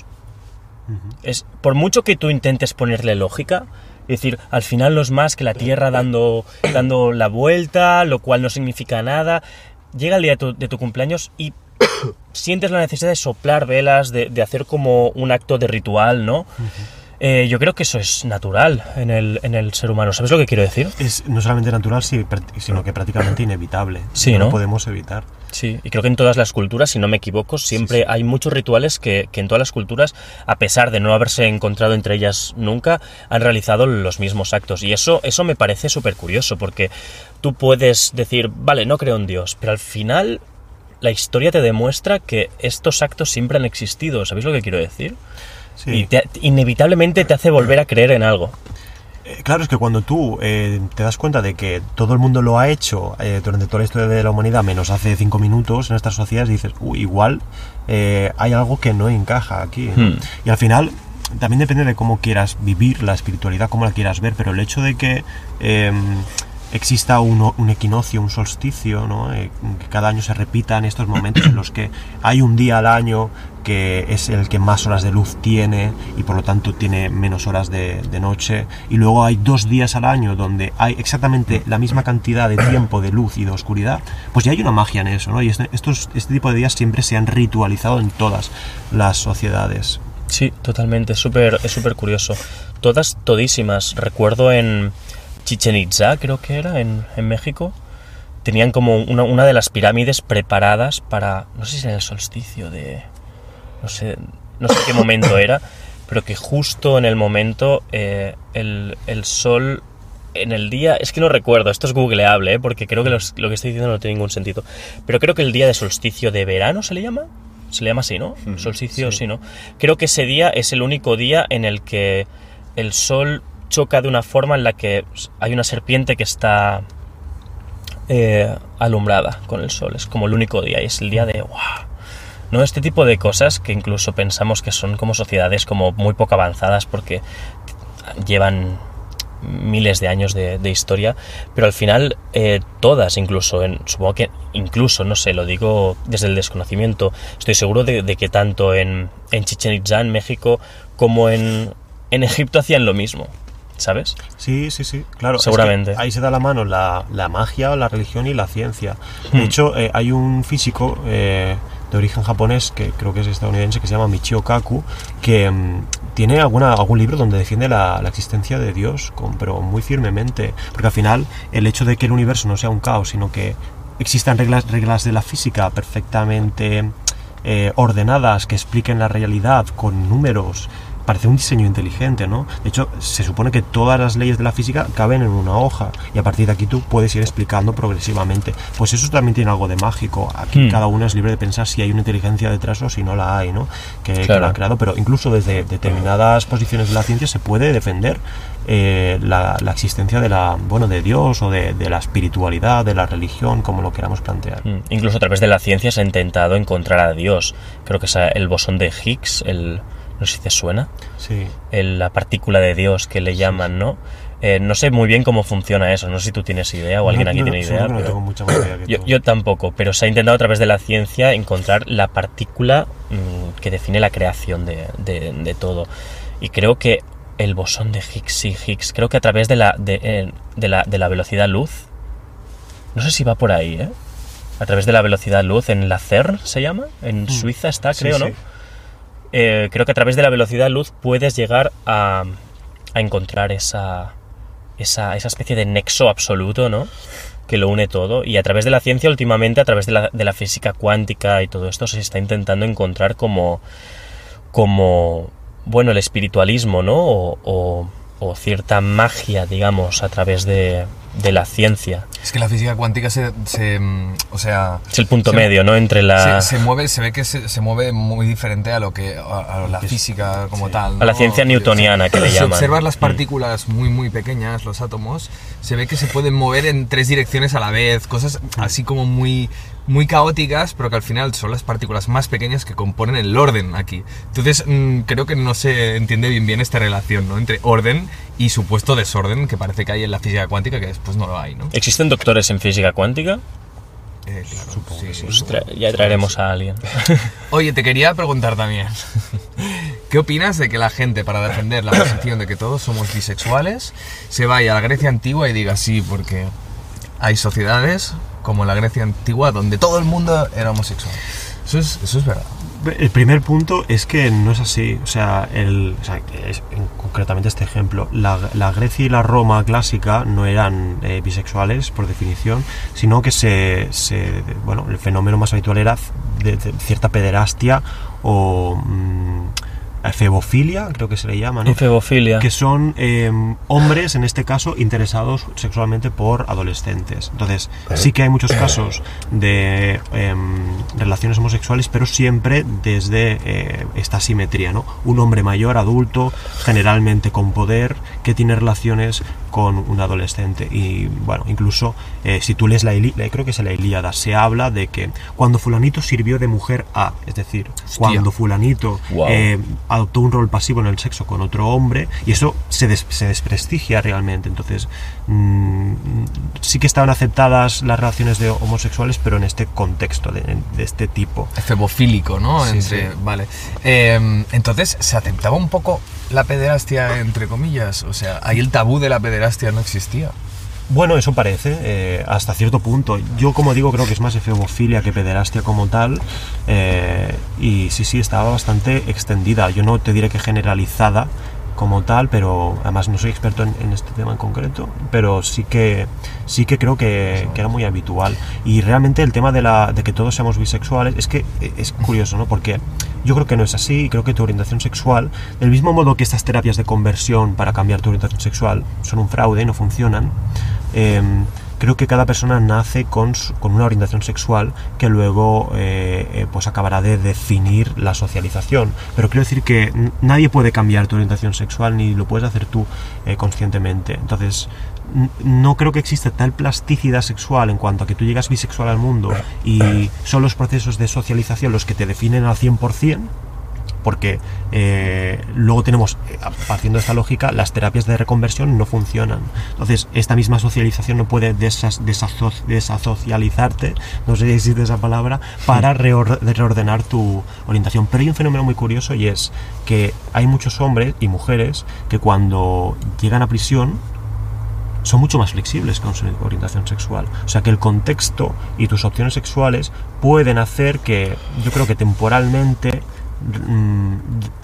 es, por mucho que tú intentes ponerle lógica, es decir, al final no es más que la Tierra dando la vuelta, lo cual no significa nada. Llega el día de tu cumpleaños y sientes la necesidad de soplar velas, de hacer como un acto de ritual, ¿no? Yo creo que eso es natural en el ser humano. ¿Sabes lo que quiero decir? Es no solamente natural, sino que prácticamente inevitable. Sí, no ¿no? lo podemos evitar. Sí, y creo que en todas las culturas, si no me equivoco, siempre hay muchos rituales que en todas las culturas, a pesar de no haberse encontrado entre ellas nunca, han realizado los mismos actos. Y eso me parece súper curioso, porque tú puedes decir, vale, no creo en Dios, pero al final la historia te demuestra que estos actos siempre han existido. ¿Sabéis lo que quiero decir? Sí. Y inevitablemente te hace volver a creer en algo. Claro, es que cuando tú te das cuenta de que todo el mundo lo ha hecho durante toda la historia de la humanidad, menos hace 5 minutos en nuestras sociedades, dices, igual hay algo que no encaja aquí. Y al final también depende de cómo quieras vivir la espiritualidad, cómo la quieras ver, pero el hecho de que exista un equinoccio, un solsticio, ¿no? Que cada año se repitan estos momentos en los que hay un día al año que es el que más horas de luz tiene y por lo tanto tiene menos horas de noche, y luego hay 2 días al año donde hay exactamente la misma cantidad de tiempo de luz y de oscuridad, pues ya hay una magia en eso, ¿no? Y este tipo de días siempre se han ritualizado en todas las sociedades. Sí, totalmente, es súper curioso. Todísimas. Recuerdo en Chichén Itzá, creo que era, en México, tenían como una de las pirámides preparadas para, no sé si era el solsticio de... No sé qué momento era, pero que justo en el momento el sol en el día... Es que no recuerdo, esto es googleable, porque creo que lo que estoy diciendo no tiene ningún sentido. Pero creo que el día de solsticio de verano se le llama así, ¿no? Solsticio, sí, ¿no? Creo que ese día es el único día en el que el sol choca de una forma en la que hay una serpiente que está alumbrada con el sol. Es como el único día, y es el día de ¡wow! ¿No? Este tipo de cosas que incluso pensamos que son como sociedades como muy poco avanzadas porque llevan miles de años de historia, pero al final todas, supongo que incluso, no sé, lo digo desde el desconocimiento, estoy seguro de que tanto en Chichén Itzá, en México, como en Egipto hacían lo mismo, ¿sabes? Sí, claro. Seguramente. Es que ahí se da la mano la magia, la religión y la ciencia. De hecho, hay un físico de origen japonés, que creo que es estadounidense, que se llama Michio Kaku, que tiene algún libro donde defiende la existencia de Dios, pero muy firmemente, porque al final el hecho de que el universo no sea un caos, sino que existan reglas de la física perfectamente ordenadas, que expliquen la realidad con números, parece un diseño inteligente, ¿no? De hecho, se supone que todas las leyes de la física caben en una hoja y a partir de aquí tú puedes ir explicando progresivamente. Pues eso también tiene algo de mágico. Aquí cada uno es libre de pensar si hay una inteligencia detrás o si no la hay, ¿no? Que la ha creado, pero incluso desde determinadas posiciones de la ciencia se puede defender la existencia de Dios o de la espiritualidad, de la religión, como lo queramos plantear. Incluso a través de la ciencia se ha intentado encontrar a Dios. Creo que es el bosón de Higgs, no sé si te suena, sí. La partícula de Dios que le llaman, ¿no? No sé muy bien cómo funciona eso, no sé si tú tienes idea o alguien aquí tiene idea. No tengo mucha más idea que tú. Yo tampoco, pero se ha intentado a través de la ciencia encontrar la partícula que define la creación de todo. Y creo que el bosón de Higgs, creo que a través de la velocidad luz, no sé si va por ahí, a través de la velocidad luz en la CERN se llama, en Suiza está, creo, ¿no? Creo que a través de la velocidad luz puedes llegar a encontrar esa especie de nexo absoluto, ¿no? Que lo une todo. Y a través de la ciencia, últimamente, a través de la física cuántica y todo esto, se está intentando encontrar como bueno, el espiritualismo, ¿no? O cierta magia, digamos, a través de la ciencia. Es que la física cuántica o sea... Es el punto medio, ¿no? Entre la... Se ve que se mueve muy diferente a la física como tal, ¿no? A la ciencia newtoniana, que le llaman. Si observas las partículas muy, muy pequeñas, los átomos, se ve que se pueden mover en 3 direcciones a la vez, cosas así como muy, muy caóticas, pero que al final son las partículas más pequeñas que componen el orden aquí. Entonces, creo que no se entiende bien esta relación, ¿no? Entre orden y supuesto desorden que parece que hay en la física cuántica, que después no lo hay, ¿no? ¿Existen doctores en física cuántica? Claro, supongo que sí. Pues ya traeremos a alguien. Oye, te quería preguntar también, ¿qué opinas de que la gente, para defender la posición de que todos somos bisexuales, se vaya a la Grecia antigua y diga sí, porque hay sociedades como en la Grecia antigua donde todo el mundo era homosexual? Eso es verdad. El primer punto es que no es así. Concretamente este ejemplo, la Grecia y la Roma clásica no eran bisexuales por definición, sino que el fenómeno más habitual era de cierta pederastia o efebofilia, creo que se le llama, ¿no? Efebofilia. Que son hombres, en este caso, interesados sexualmente por adolescentes. Entonces, sí que hay muchos casos de relaciones homosexuales, pero siempre desde esta simetría, ¿no? Un hombre mayor, adulto, generalmente con poder, que tiene relaciones con un adolescente. Y bueno, incluso si tú lees creo que es la Ilíada, se habla de que cuando fulanito sirvió de mujer a, es decir, cuando fulanito adoptó un rol pasivo en el sexo con otro hombre, y eso se desprestigia realmente. Entonces, sí que estaban aceptadas las relaciones de homosexuales, pero en este contexto de este tipo. Efebofílico, ¿no? Sí, sí. Vale. Entonces, ¿se aceptaba un poco la pederastia, entre comillas? O sea, ahí el tabú de la pederastia no existía. Bueno, eso parece, hasta cierto punto. Yo, como digo, creo que es más efebofilia que pederastia como tal, y sí, estaba bastante extendida. Yo no te diré que generalizada como tal, pero además no soy experto en este tema en concreto, pero sí que creo que era muy habitual. Y realmente el tema de que todos seamos bisexuales es que es curioso, ¿no? Porque yo creo que no es así, y creo que tu orientación sexual, del mismo modo que estas terapias de conversión para cambiar tu orientación sexual son un fraude y no funcionan, creo que cada persona nace con una orientación sexual que luego pues acabará de definir la socialización. Pero quiero decir que nadie puede cambiar tu orientación sexual, ni lo puedes hacer tú conscientemente. Entonces, no creo que exista tal plasticidad sexual en cuanto a que tú llegas bisexual al mundo y son los procesos de socialización los que te definen al 100%, porque luego tenemos, partiendo de esta lógica, las terapias de reconversión no funcionan. Entonces, esta misma socialización no puede desasocializarte, no sé si existe esa palabra, para reordenar tu orientación. Pero hay un fenómeno muy curioso, y es que hay muchos hombres y mujeres que cuando llegan a prisión son mucho más flexibles con su orientación sexual. O sea que el contexto y tus opciones sexuales pueden hacer que, yo creo que temporalmente,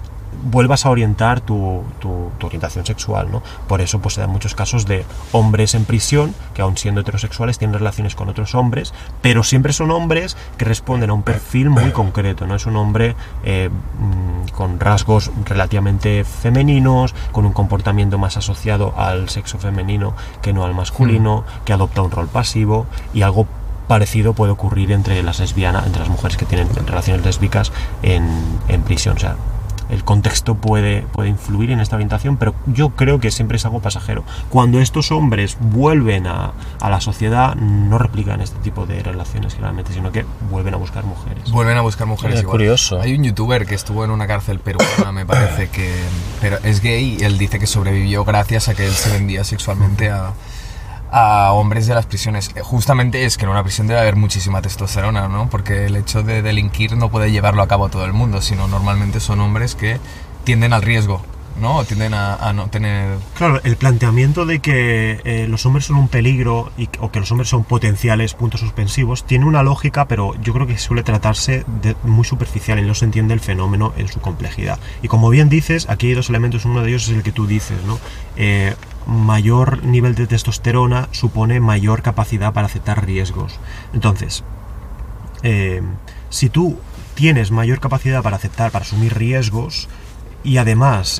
vuelvas a orientar tu orientación sexual, ¿no? Por eso pues se dan muchos casos de hombres en prisión que, aun siendo heterosexuales, tienen relaciones con otros hombres, pero siempre son hombres que responden a un perfil muy concreto, ¿no? Es un hombre con rasgos relativamente femeninos, con un comportamiento más asociado al sexo femenino que no al masculino, que adopta un rol pasivo, y algo parecido puede ocurrir entre las lesbianas, entre las mujeres que tienen relaciones lésbicas en prisión. O sea, el contexto puede influir en esta orientación, pero yo creo que siempre es algo pasajero. Cuando estos hombres vuelven a la sociedad, no replican este tipo de relaciones generalmente, sino que vuelven a buscar mujeres. Vuelven a buscar mujeres. Es curioso. Hay un youtuber que estuvo en una cárcel peruana, me parece, pero es gay, y él dice que sobrevivió gracias a que él se vendía sexualmente a hombres de las prisiones. Justamente es que en una prisión debe haber muchísima testosterona, ¿no? Porque el hecho de delinquir no puede llevarlo a cabo a todo el mundo, sino normalmente son hombres que tienden al riesgo, ¿no? O tienden a no tener... Claro, el planteamiento de que los hombres son un peligro o que los hombres son potenciales puntos suspensivos tiene una lógica, pero yo creo que suele tratarse de muy superficial y no se entiende el fenómeno en su complejidad. Y como bien dices, aquí hay dos elementos, uno de ellos es el que tú dices, ¿no? Mayor nivel de testosterona supone mayor capacidad para aceptar riesgos. Entonces, si tú tienes mayor capacidad para asumir riesgos, y además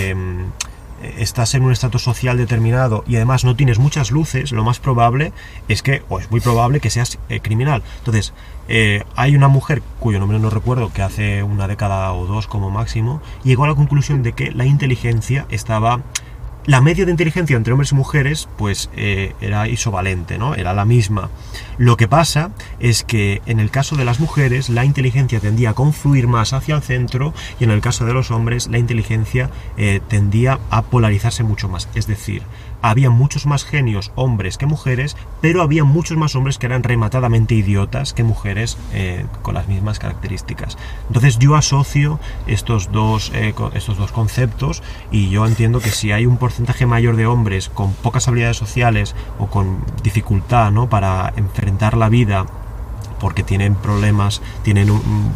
estás en un estatus social determinado y además no tienes muchas luces, lo más probable es que, o es muy probable que seas criminal. Entonces, hay una mujer cuyo nombre no recuerdo, que hace una década o dos como máximo, llegó a la conclusión de que la inteligencia estaba... La media de inteligencia entre hombres y mujeres pues era isovalente, ¿no? Era la misma. Lo que pasa es que en el caso de las mujeres la inteligencia tendía a confluir más hacia el centro, y en el caso de los hombres la inteligencia tendía a polarizarse mucho más. Es decir, había muchos más genios hombres que mujeres, pero había muchos más hombres que eran rematadamente idiotas que mujeres con las mismas características. Entonces yo asocio estos dos conceptos, y yo entiendo que si hay un porcentaje mayor de hombres con pocas habilidades sociales o con dificultad, ¿no?, para enfrentar la vida, porque tienen problemas, tienen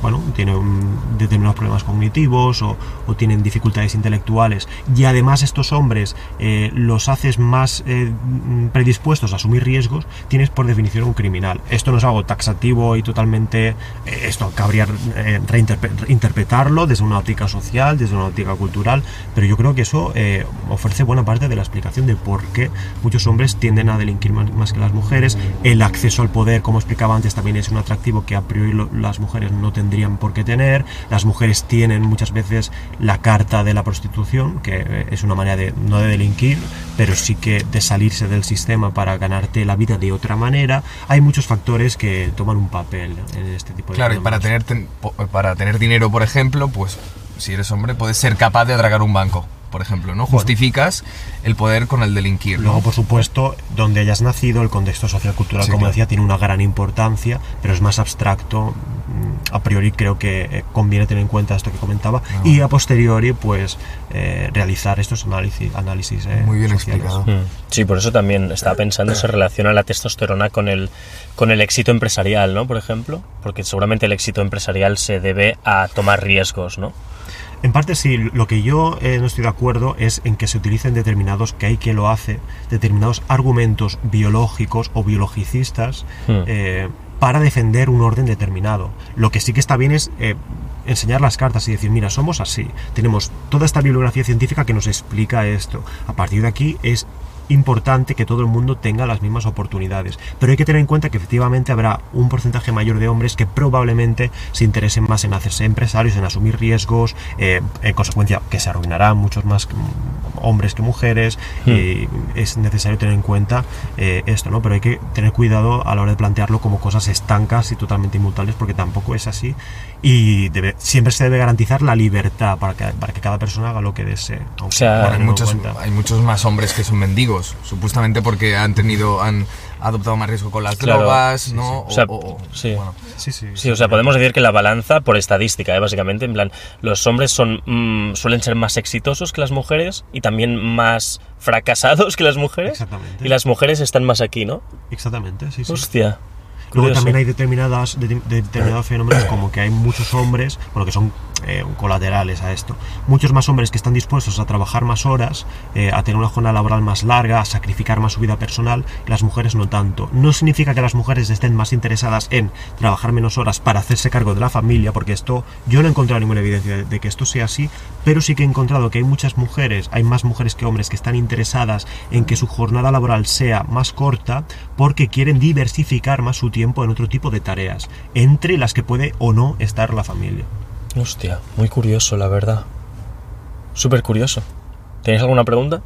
determinados problemas cognitivos o tienen dificultades intelectuales, y además estos hombres los haces más predispuestos a asumir riesgos, tienes por definición un criminal. Esto no es algo taxativo y totalmente... esto cabría reinterpretarlo desde una óptica social, desde una óptica cultural, pero yo creo que eso ofrece buena parte de la explicación de por qué muchos hombres tienden a delinquir más que las mujeres. El acceso al poder, como explicaba antes, también es un atractivo que a priori las mujeres no tendrían por qué tener. Las mujeres tienen muchas veces la carta de la prostitución, que es una manera no de delinquir, pero sí que de salirse del sistema para ganarte la vida de otra manera. Hay muchos factores que toman un papel en este tipo de Claro, y para tener dinero, por ejemplo, pues si eres hombre puedes ser capaz de atracar un banco, por ejemplo, ¿no? Justificas el poder con el delinquir, ¿no? Luego, por supuesto, donde hayas nacido, el contexto social-cultural, Sí, como claro. decía, tiene una gran importancia, pero es más abstracto. A priori creo que conviene tener en cuenta esto que comentaba, y a posteriori, pues, realizar estos análisis Muy bien sociales. explicado. Sí, por eso también estaba pensando, se relaciona la testosterona con el éxito empresarial, ¿no? Por ejemplo, porque seguramente el éxito empresarial se debe a tomar riesgos, ¿no? En parte sí, lo que yo no estoy de acuerdo es en que se utilicen determinados, que hay quien lo hace, determinados argumentos biológicos o biologicistas para defender un orden determinado. Lo que sí que está bien es enseñar las cartas y decir, mira, somos así, tenemos toda esta bibliografía científica que nos explica esto. A partir de aquí es importante que todo el mundo tenga las mismas oportunidades, pero hay que tener en cuenta que efectivamente habrá un porcentaje mayor de hombres que probablemente se interesen más en hacerse empresarios, en asumir riesgos, en consecuencia que se arruinarán muchos más hombres que mujeres, y es necesario tener en cuenta esto, ¿no? Pero hay que tener cuidado a la hora de plantearlo como cosas estancas y totalmente inmutables, porque tampoco es así, y siempre se debe garantizar la libertad para que cada persona haga lo que desee. O sea, Bueno, hay muchos más hombres que son mendigos, supuestamente porque han adoptado más riesgo con las Claro, drogas, ¿no? O sea, Sí. bueno. Sí, Sí, o sea, podemos decir que la balanza, por estadística, básicamente, en plan, los hombres suelen ser más exitosos que las mujeres y también más fracasados que las mujeres. Exactamente. Y las mujeres están más aquí, ¿no? Exactamente, sí. Hostia. Luego Curioso. también hay determinados fenómenos como que hay muchos hombres, bueno, que son colaterales a esto, muchos más hombres que están dispuestos a trabajar más horas, a tener una jornada laboral más larga, a sacrificar más su vida personal, y las mujeres no tanto. No significa que las mujeres estén más interesadas en trabajar menos horas para hacerse cargo de la familia, porque esto, yo no he encontrado ninguna evidencia de que esto sea así, pero sí que he encontrado que hay más mujeres que hombres que están interesadas en que su jornada laboral sea más corta, porque quieren diversificar más su tiempo en otro tipo de tareas, entre las que puede o no estar la familia. Hostia, muy curioso, la verdad. Súper curioso. ¿Tenéis alguna pregunta?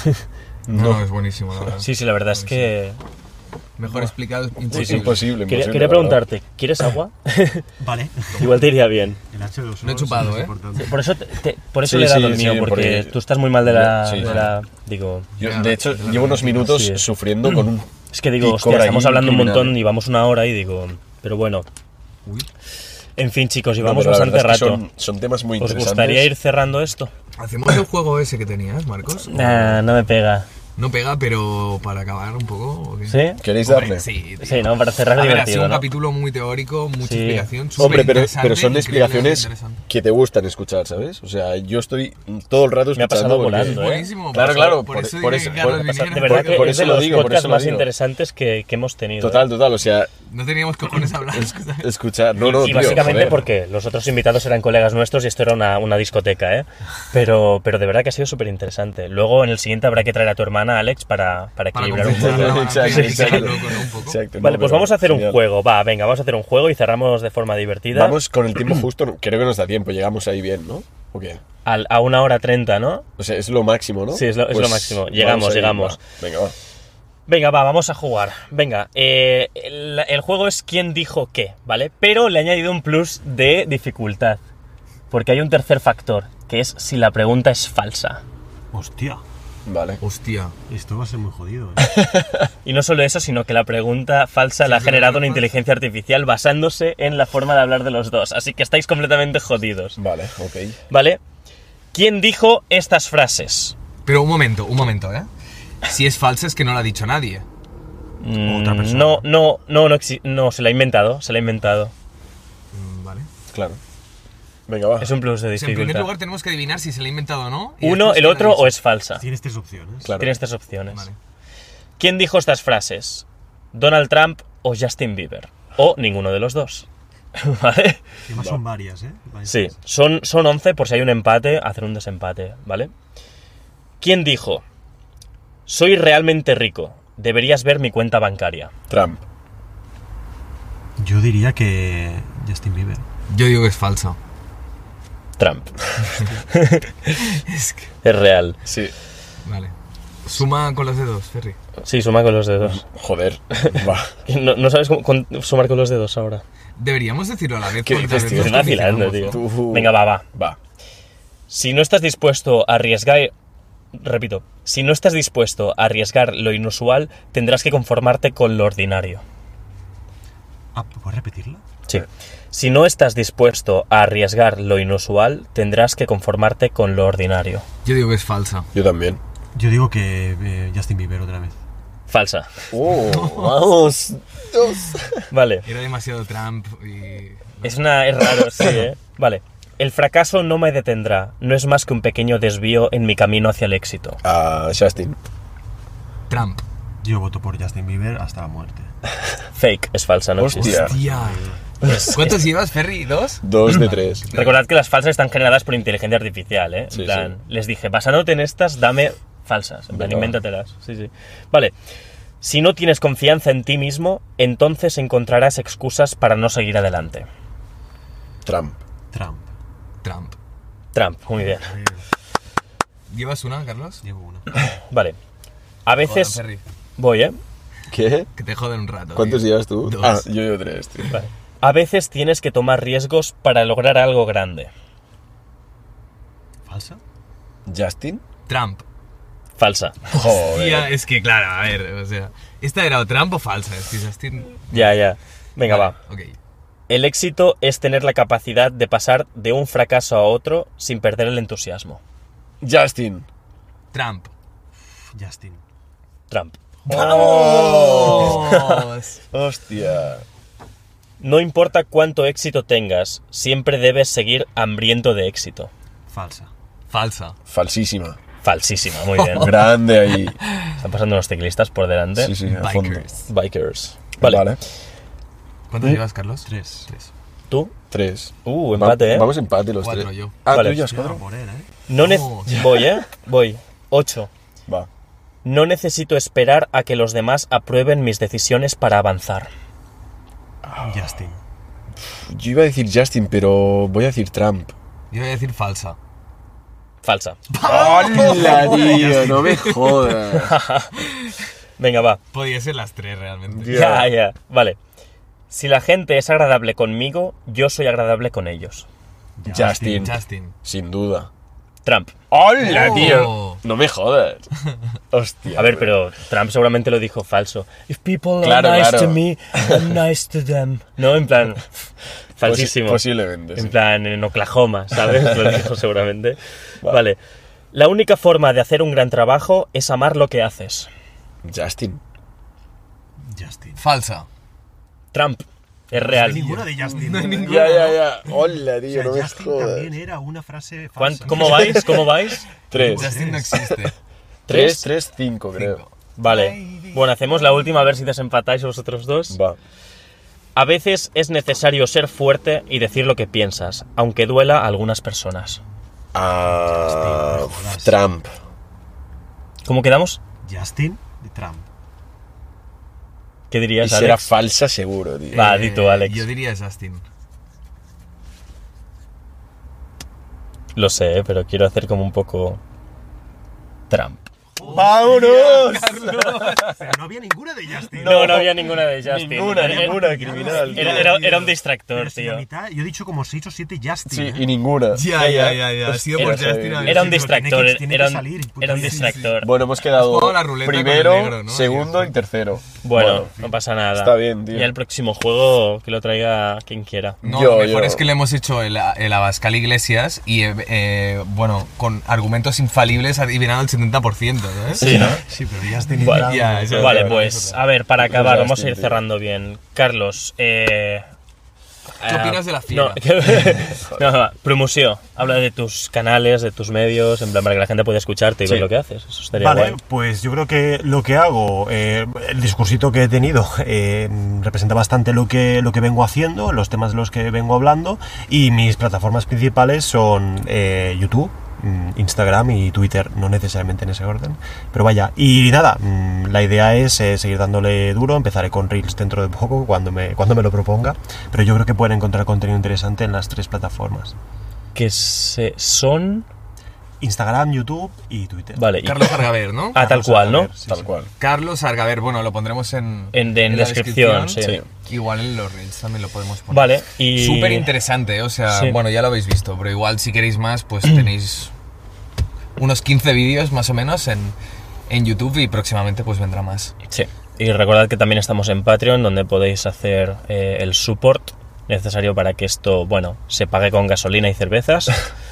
No, es buenísimo, la verdad. Sí, la verdad es que... Mejor explicado, imposible. Es imposible. Quería la verdad. preguntarte, ¿quieres agua? Vale. Igual te iría bien. El H2O No he chupado, es ¿eh? importante. Por eso, por eso Sí, le he dado sí, el mío, sí, porque porque- tú estás muy mal de la... Sí, de sí. la- digo... Yo, de hecho, llevo unos minutos Sí. sufriendo con un... Es que digo, Y hostia, cobra estamos ahí hablando un criminal, montón y vamos una hora y digo... Pero bueno. Uy. En fin, chicos, No, llevamos pero la bastante verdad es que rato. son temas muy ¿Os interesantes. gustaría ir cerrando esto? ¿Hacemos el juego ese que tenías, Marcos? Nah, no me pega. No pega, pero para acabar un poco. ¿o qué? ¿Sí? ¿Queréis Hombre, darle? Sí, tío. Sí, ¿no? Para cerrar A ver, ha sido divertido, un ¿no? capítulo muy teórico, mucha Sí. explicación. Hombre, pero superinteresante, son explicaciones increíblemente interesante. que te gustan escuchar, ¿sabes? O sea, yo estoy todo el rato escuchando. Me ha pasado porque- volando, ¿eh? Buenísimo. Claro, claro, por eso por dije eso- que Carlos por- viniera, De verdad que por es eso de lo los digo, por podcasts eso lo más digo. interesantes que hemos tenido. Total, o sea, No teníamos cojones a hablar. escuchar. No, Y tío, básicamente joder. porque los otros invitados eran colegas nuestros y esto era una discoteca, ¿eh? Pero de verdad que ha sido súper interesante. Luego en el siguiente habrá que traer a tu hermana, Alex, para equilibrar un compensar poco. la Exacto, balanza y exacto. loco, ¿no? Un poco. Exacto, Vale, no, pues pero vamos a hacer un genial. juego. Venga, vamos a hacer un juego y cerramos de forma divertida. Vamos con el tiempo justo, creo que nos da tiempo, llegamos ahí bien, ¿no? ¿O qué? A 1:30, ¿no? O sea, es lo máximo, ¿no? Sí, es lo máximo. vamos Llegamos, ahí, llegamos. va. Venga, va. Venga, vamos a jugar. Venga, el juego es quién dijo qué, ¿vale? Pero le he añadido un plus de dificultad. Porque hay un tercer factor, que es si la pregunta es falsa. Hostia, Vale. Hostia. esto va a ser muy jodido, ¿eh? Y no solo eso, sino que la pregunta falsa la ha generado una inteligencia artificial basándose en la forma de hablar de los dos. Así que estáis completamente jodidos. Vale, ok. ¿Vale? ¿Quién dijo estas frases? Pero un momento, ¿eh? Si es falsa es que no la ha dicho nadie. Otra persona. No, se la ha inventado, Vale. Claro. Venga, va. Es un plus de O sea, en primer dificultad. lugar tenemos que adivinar si se la ha inventado o no. y Uno, después el quién la otro ha dicho. o es falsa. Tienes tres opciones. Claro. Tienes tres opciones. Vale. ¿Quién dijo estas frases? ¿Donald Trump o Justin Bieber? O ninguno de los dos. ¿Vale? Además son varias, ¿eh? Sí, son 11 por si hay un empate, hacer un desempate, ¿vale? ¿Quién dijo? Soy realmente rico, deberías ver mi cuenta bancaria. Trump. Yo diría que Justin Bieber. Yo digo que es falsa. Trump. Es que... Es real. Sí. Vale. Suma con los dedos, Ferry. Sí, suma con los dedos. Joder. Va. ¿No sabes cómo sumar con los dedos ahora? Deberíamos decirlo a la vez. ¿Qué porque tal dices, vez tío? nos Es vacilando, condicionamos, tío. ¿no? Venga, va. Va. Si no estás dispuesto a arriesgar... Repito. Si no estás dispuesto a arriesgar lo inusual, tendrás que conformarte con lo ordinario. Ah, ¿puedes repetirla? Sí. Si no estás dispuesto a arriesgar lo inusual, tendrás que conformarte con lo ordinario. Yo digo que es falsa. Yo también. Yo digo que Justin Bieber otra vez. Falsa. Vamos. Dos. Vale. Era demasiado Trump y... Es raro, sí, ¿eh? Vale. El fracaso no me detendrá. No es más que un pequeño desvío en mi camino hacia el éxito. Justin. Trump. Yo voto por Justin Bieber hasta la muerte. Fake. Es falsa, no existe. Hostia. Hostia. ¿Cuántos llevas, Ferry? ¿2? 2 de 3. Recordad que las falsas están generadas por inteligencia artificial, ¿eh? Sí, En plan, sí. les dije, basándote en estas, dame falsas. En plan, Venga, va. invéntatelas. Sí, sí. Vale. Si no tienes confianza en ti mismo, entonces encontrarás excusas para no seguir adelante. Trump. Trump. Trump. Trump, muy bien. ¿Llevas una, Carlos? Llevo una. Vale. A veces... Joder, Ferry. Voy, ¿eh? ¿Qué? Que te joden un rato. ¿Cuántos tío. llevas tú? 2. Yo llevo 3, tío. Vale. A veces tienes que tomar riesgos para lograr algo grande. ¿Falsa? ¿Justin? Trump. Falsa. Joder. Tía, es que claro, a ver, o sea... ¿Esta era o Trump o falsa? Es que Justin... Ya. Venga, Vale, va. Ok. El éxito es tener la capacidad de pasar de un fracaso a otro sin perder el entusiasmo. Justin. Trump. Justin. Trump. ¡Vamos! Hostia. No importa cuánto éxito tengas, siempre debes seguir hambriento de éxito. Falsa. Falsa. Falsísima. Falsísima, muy bien. Grande ahí. Están pasando unos ciclistas por delante. Sí, sí, a fondo. Bikers. Bikers. Vale. ¿Cuántos llevas, Carlos? 3. ¿Tú? 3. Empate, ¿eh? Vamos empate los 4 tres. yo. Ah, Vale. tú llevas Ya, 4. por él, No Oh. Voy, ¿eh? Voy. 8. Va. No necesito esperar a que los demás aprueben mis decisiones para avanzar. Justin. Yo iba a decir Justin, pero voy a decir Trump. Yo voy a decir falsa. Falsa. ¡Hola, tío! No me jodas. Venga, va. Podría ser las 3 realmente. Ya. Vale. Si la gente es agradable conmigo, yo soy agradable con ellos. Justin. Justin. Sin duda. Trump. ¡Hola, Oh. tío! No me jodas. Hostia. A ver, pero Trump seguramente lo dijo falso. If people Claro, are nice claro. to me, I'm nice to them. No, en plan... Falsísimo. Posiblemente, En sí. plan, en Oklahoma, ¿sabes? Lo dijo seguramente. Vale. La única forma de hacer un gran trabajo es amar lo que haces. Justin. Justin. Falsa. Trump. Es No hay real. ninguna de Justin. No hay ninguna. Ya. Hola, O tío, sea, no me Justin jodas. también era una frase falsa. ¿Cómo vais? ¿Cómo vais? 3. Justin no existe. 3, 5, creo. Vale. Bueno, hacemos la última a ver si desempatáis vosotros dos. Va. A veces es necesario ser fuerte y decir lo que piensas, aunque duela a algunas personas. Trump. ¿Cómo quedamos? Justin de Trump. ¿Qué Y dirías, será Alex? falsa seguro, tío. Va, di tú, Alex. Yo diría Justin. Lo sé, pero quiero hacer como un poco... Trump. ¡Vámonos! Pero no había ninguna de Justin. No había ninguna de Justin. Ninguna, Era- criminal. Era un Pero distractor, si la tío. mitad, yo he dicho como 6 o 7 Justin. Sí, ¿eh? y ninguna. Ya. Ha sido por Hostia, Justin. era- a ver Era un si- distractor, tiene era que un, salir, puto era un Dios. distractor. Bueno, hemos Has quedado jugado la ruleta con el primero, negro, ¿no? segundo Y y tercero. Bueno, no pasa nada. está bien, tío. Y el próximo juego que lo traiga quien quiera. No, Yo- lo mejor yo. es que le hemos hecho el Abascal Iglesias y, bueno, con argumentos infalibles ha adivinado el 70%, ¿sabes? Sí, ¿no? Sí, pero Justin Vale, entrando. ya, eso- Vale, claro, pues eso a ver, para acabar, Justin, vamos a ir tío. cerrando bien. Carlos, ¿qué opinas de la fiera? No, promoción. Habla de tus canales, de tus medios, en plan para que la gente pueda escucharte y ver lo que haces. Eso estaría Vale, guay. pues yo creo que lo que hago, el discursito que he tenido, representa bastante lo que vengo haciendo, los temas de los que vengo hablando, y mis plataformas principales son YouTube, Instagram y Twitter, no necesariamente en ese orden, pero vaya. Y nada, la idea es seguir dándole duro. Empezaré con Reels dentro de poco, cuando me lo proponga, pero yo creo que pueden encontrar contenido interesante en las 3 plataformas: Que son... Instagram, YouTube y Twitter. Vale. y- Carlos Argaver, ¿no? Ah, tal cual, ¿no? Sí, Tal sí. cual. Carlos Argaver, bueno, lo pondremos en En la descripción, sí. Igual en los reels también lo podemos poner. Vale, y... Súper interesante, o sea, Sí. bueno, ya lo habéis visto, pero igual si queréis más, pues tenéis unos 15 vídeos más o menos en YouTube y próximamente pues vendrá más. Sí. Y recordad que también estamos en Patreon, donde podéis hacer el support necesario para que esto, bueno, se pague con gasolina y cervezas.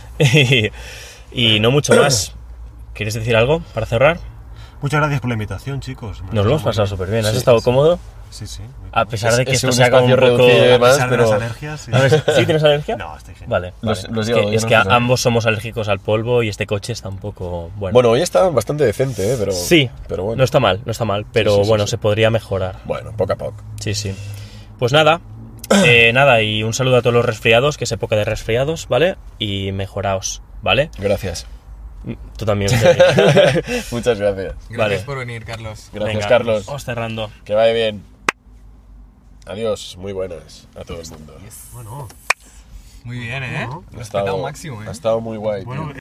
y no mucho más. ¿Quieres decir algo para cerrar? Muchas gracias por la invitación, chicos. Nos lo hemos pasado súper bien. ¿Has Sí, estado sí. cómodo? Sí, sí. muy A pesar de que Es esto un sea como un espacio poco... reducido y A demás, pesar de las pero... alergias, sí. A ver, ¿sí tienes alergia? No, estoy genial. Vale. Los vale. llevo, Es yo que no sé. ambos somos alérgicos al polvo y este coche está un poco... Bueno, hoy está bastante decente, pero... Sí, Pero bueno. no está mal, pero Sí, sí, bueno, sí. se podría mejorar. Bueno, poco a poco. Sí, sí. Pues nada, nada, y un saludo a todos los resfriados, que es época de resfriados, ¿vale? Y mejoraos, ¿vale? Gracias. Tú también. Sergio. Muchas gracias. Gracias Vale. por venir, Carlos. Gracias, Venga, Carlos. Vamos cerrando. Que vaya bien. Adiós, muy buenas a todo el mundo. Bueno, Muy bien, ¿eh? Bueno. Ha Respetado estado, máximo, ¿eh? ha estado muy guay. bueno, tío.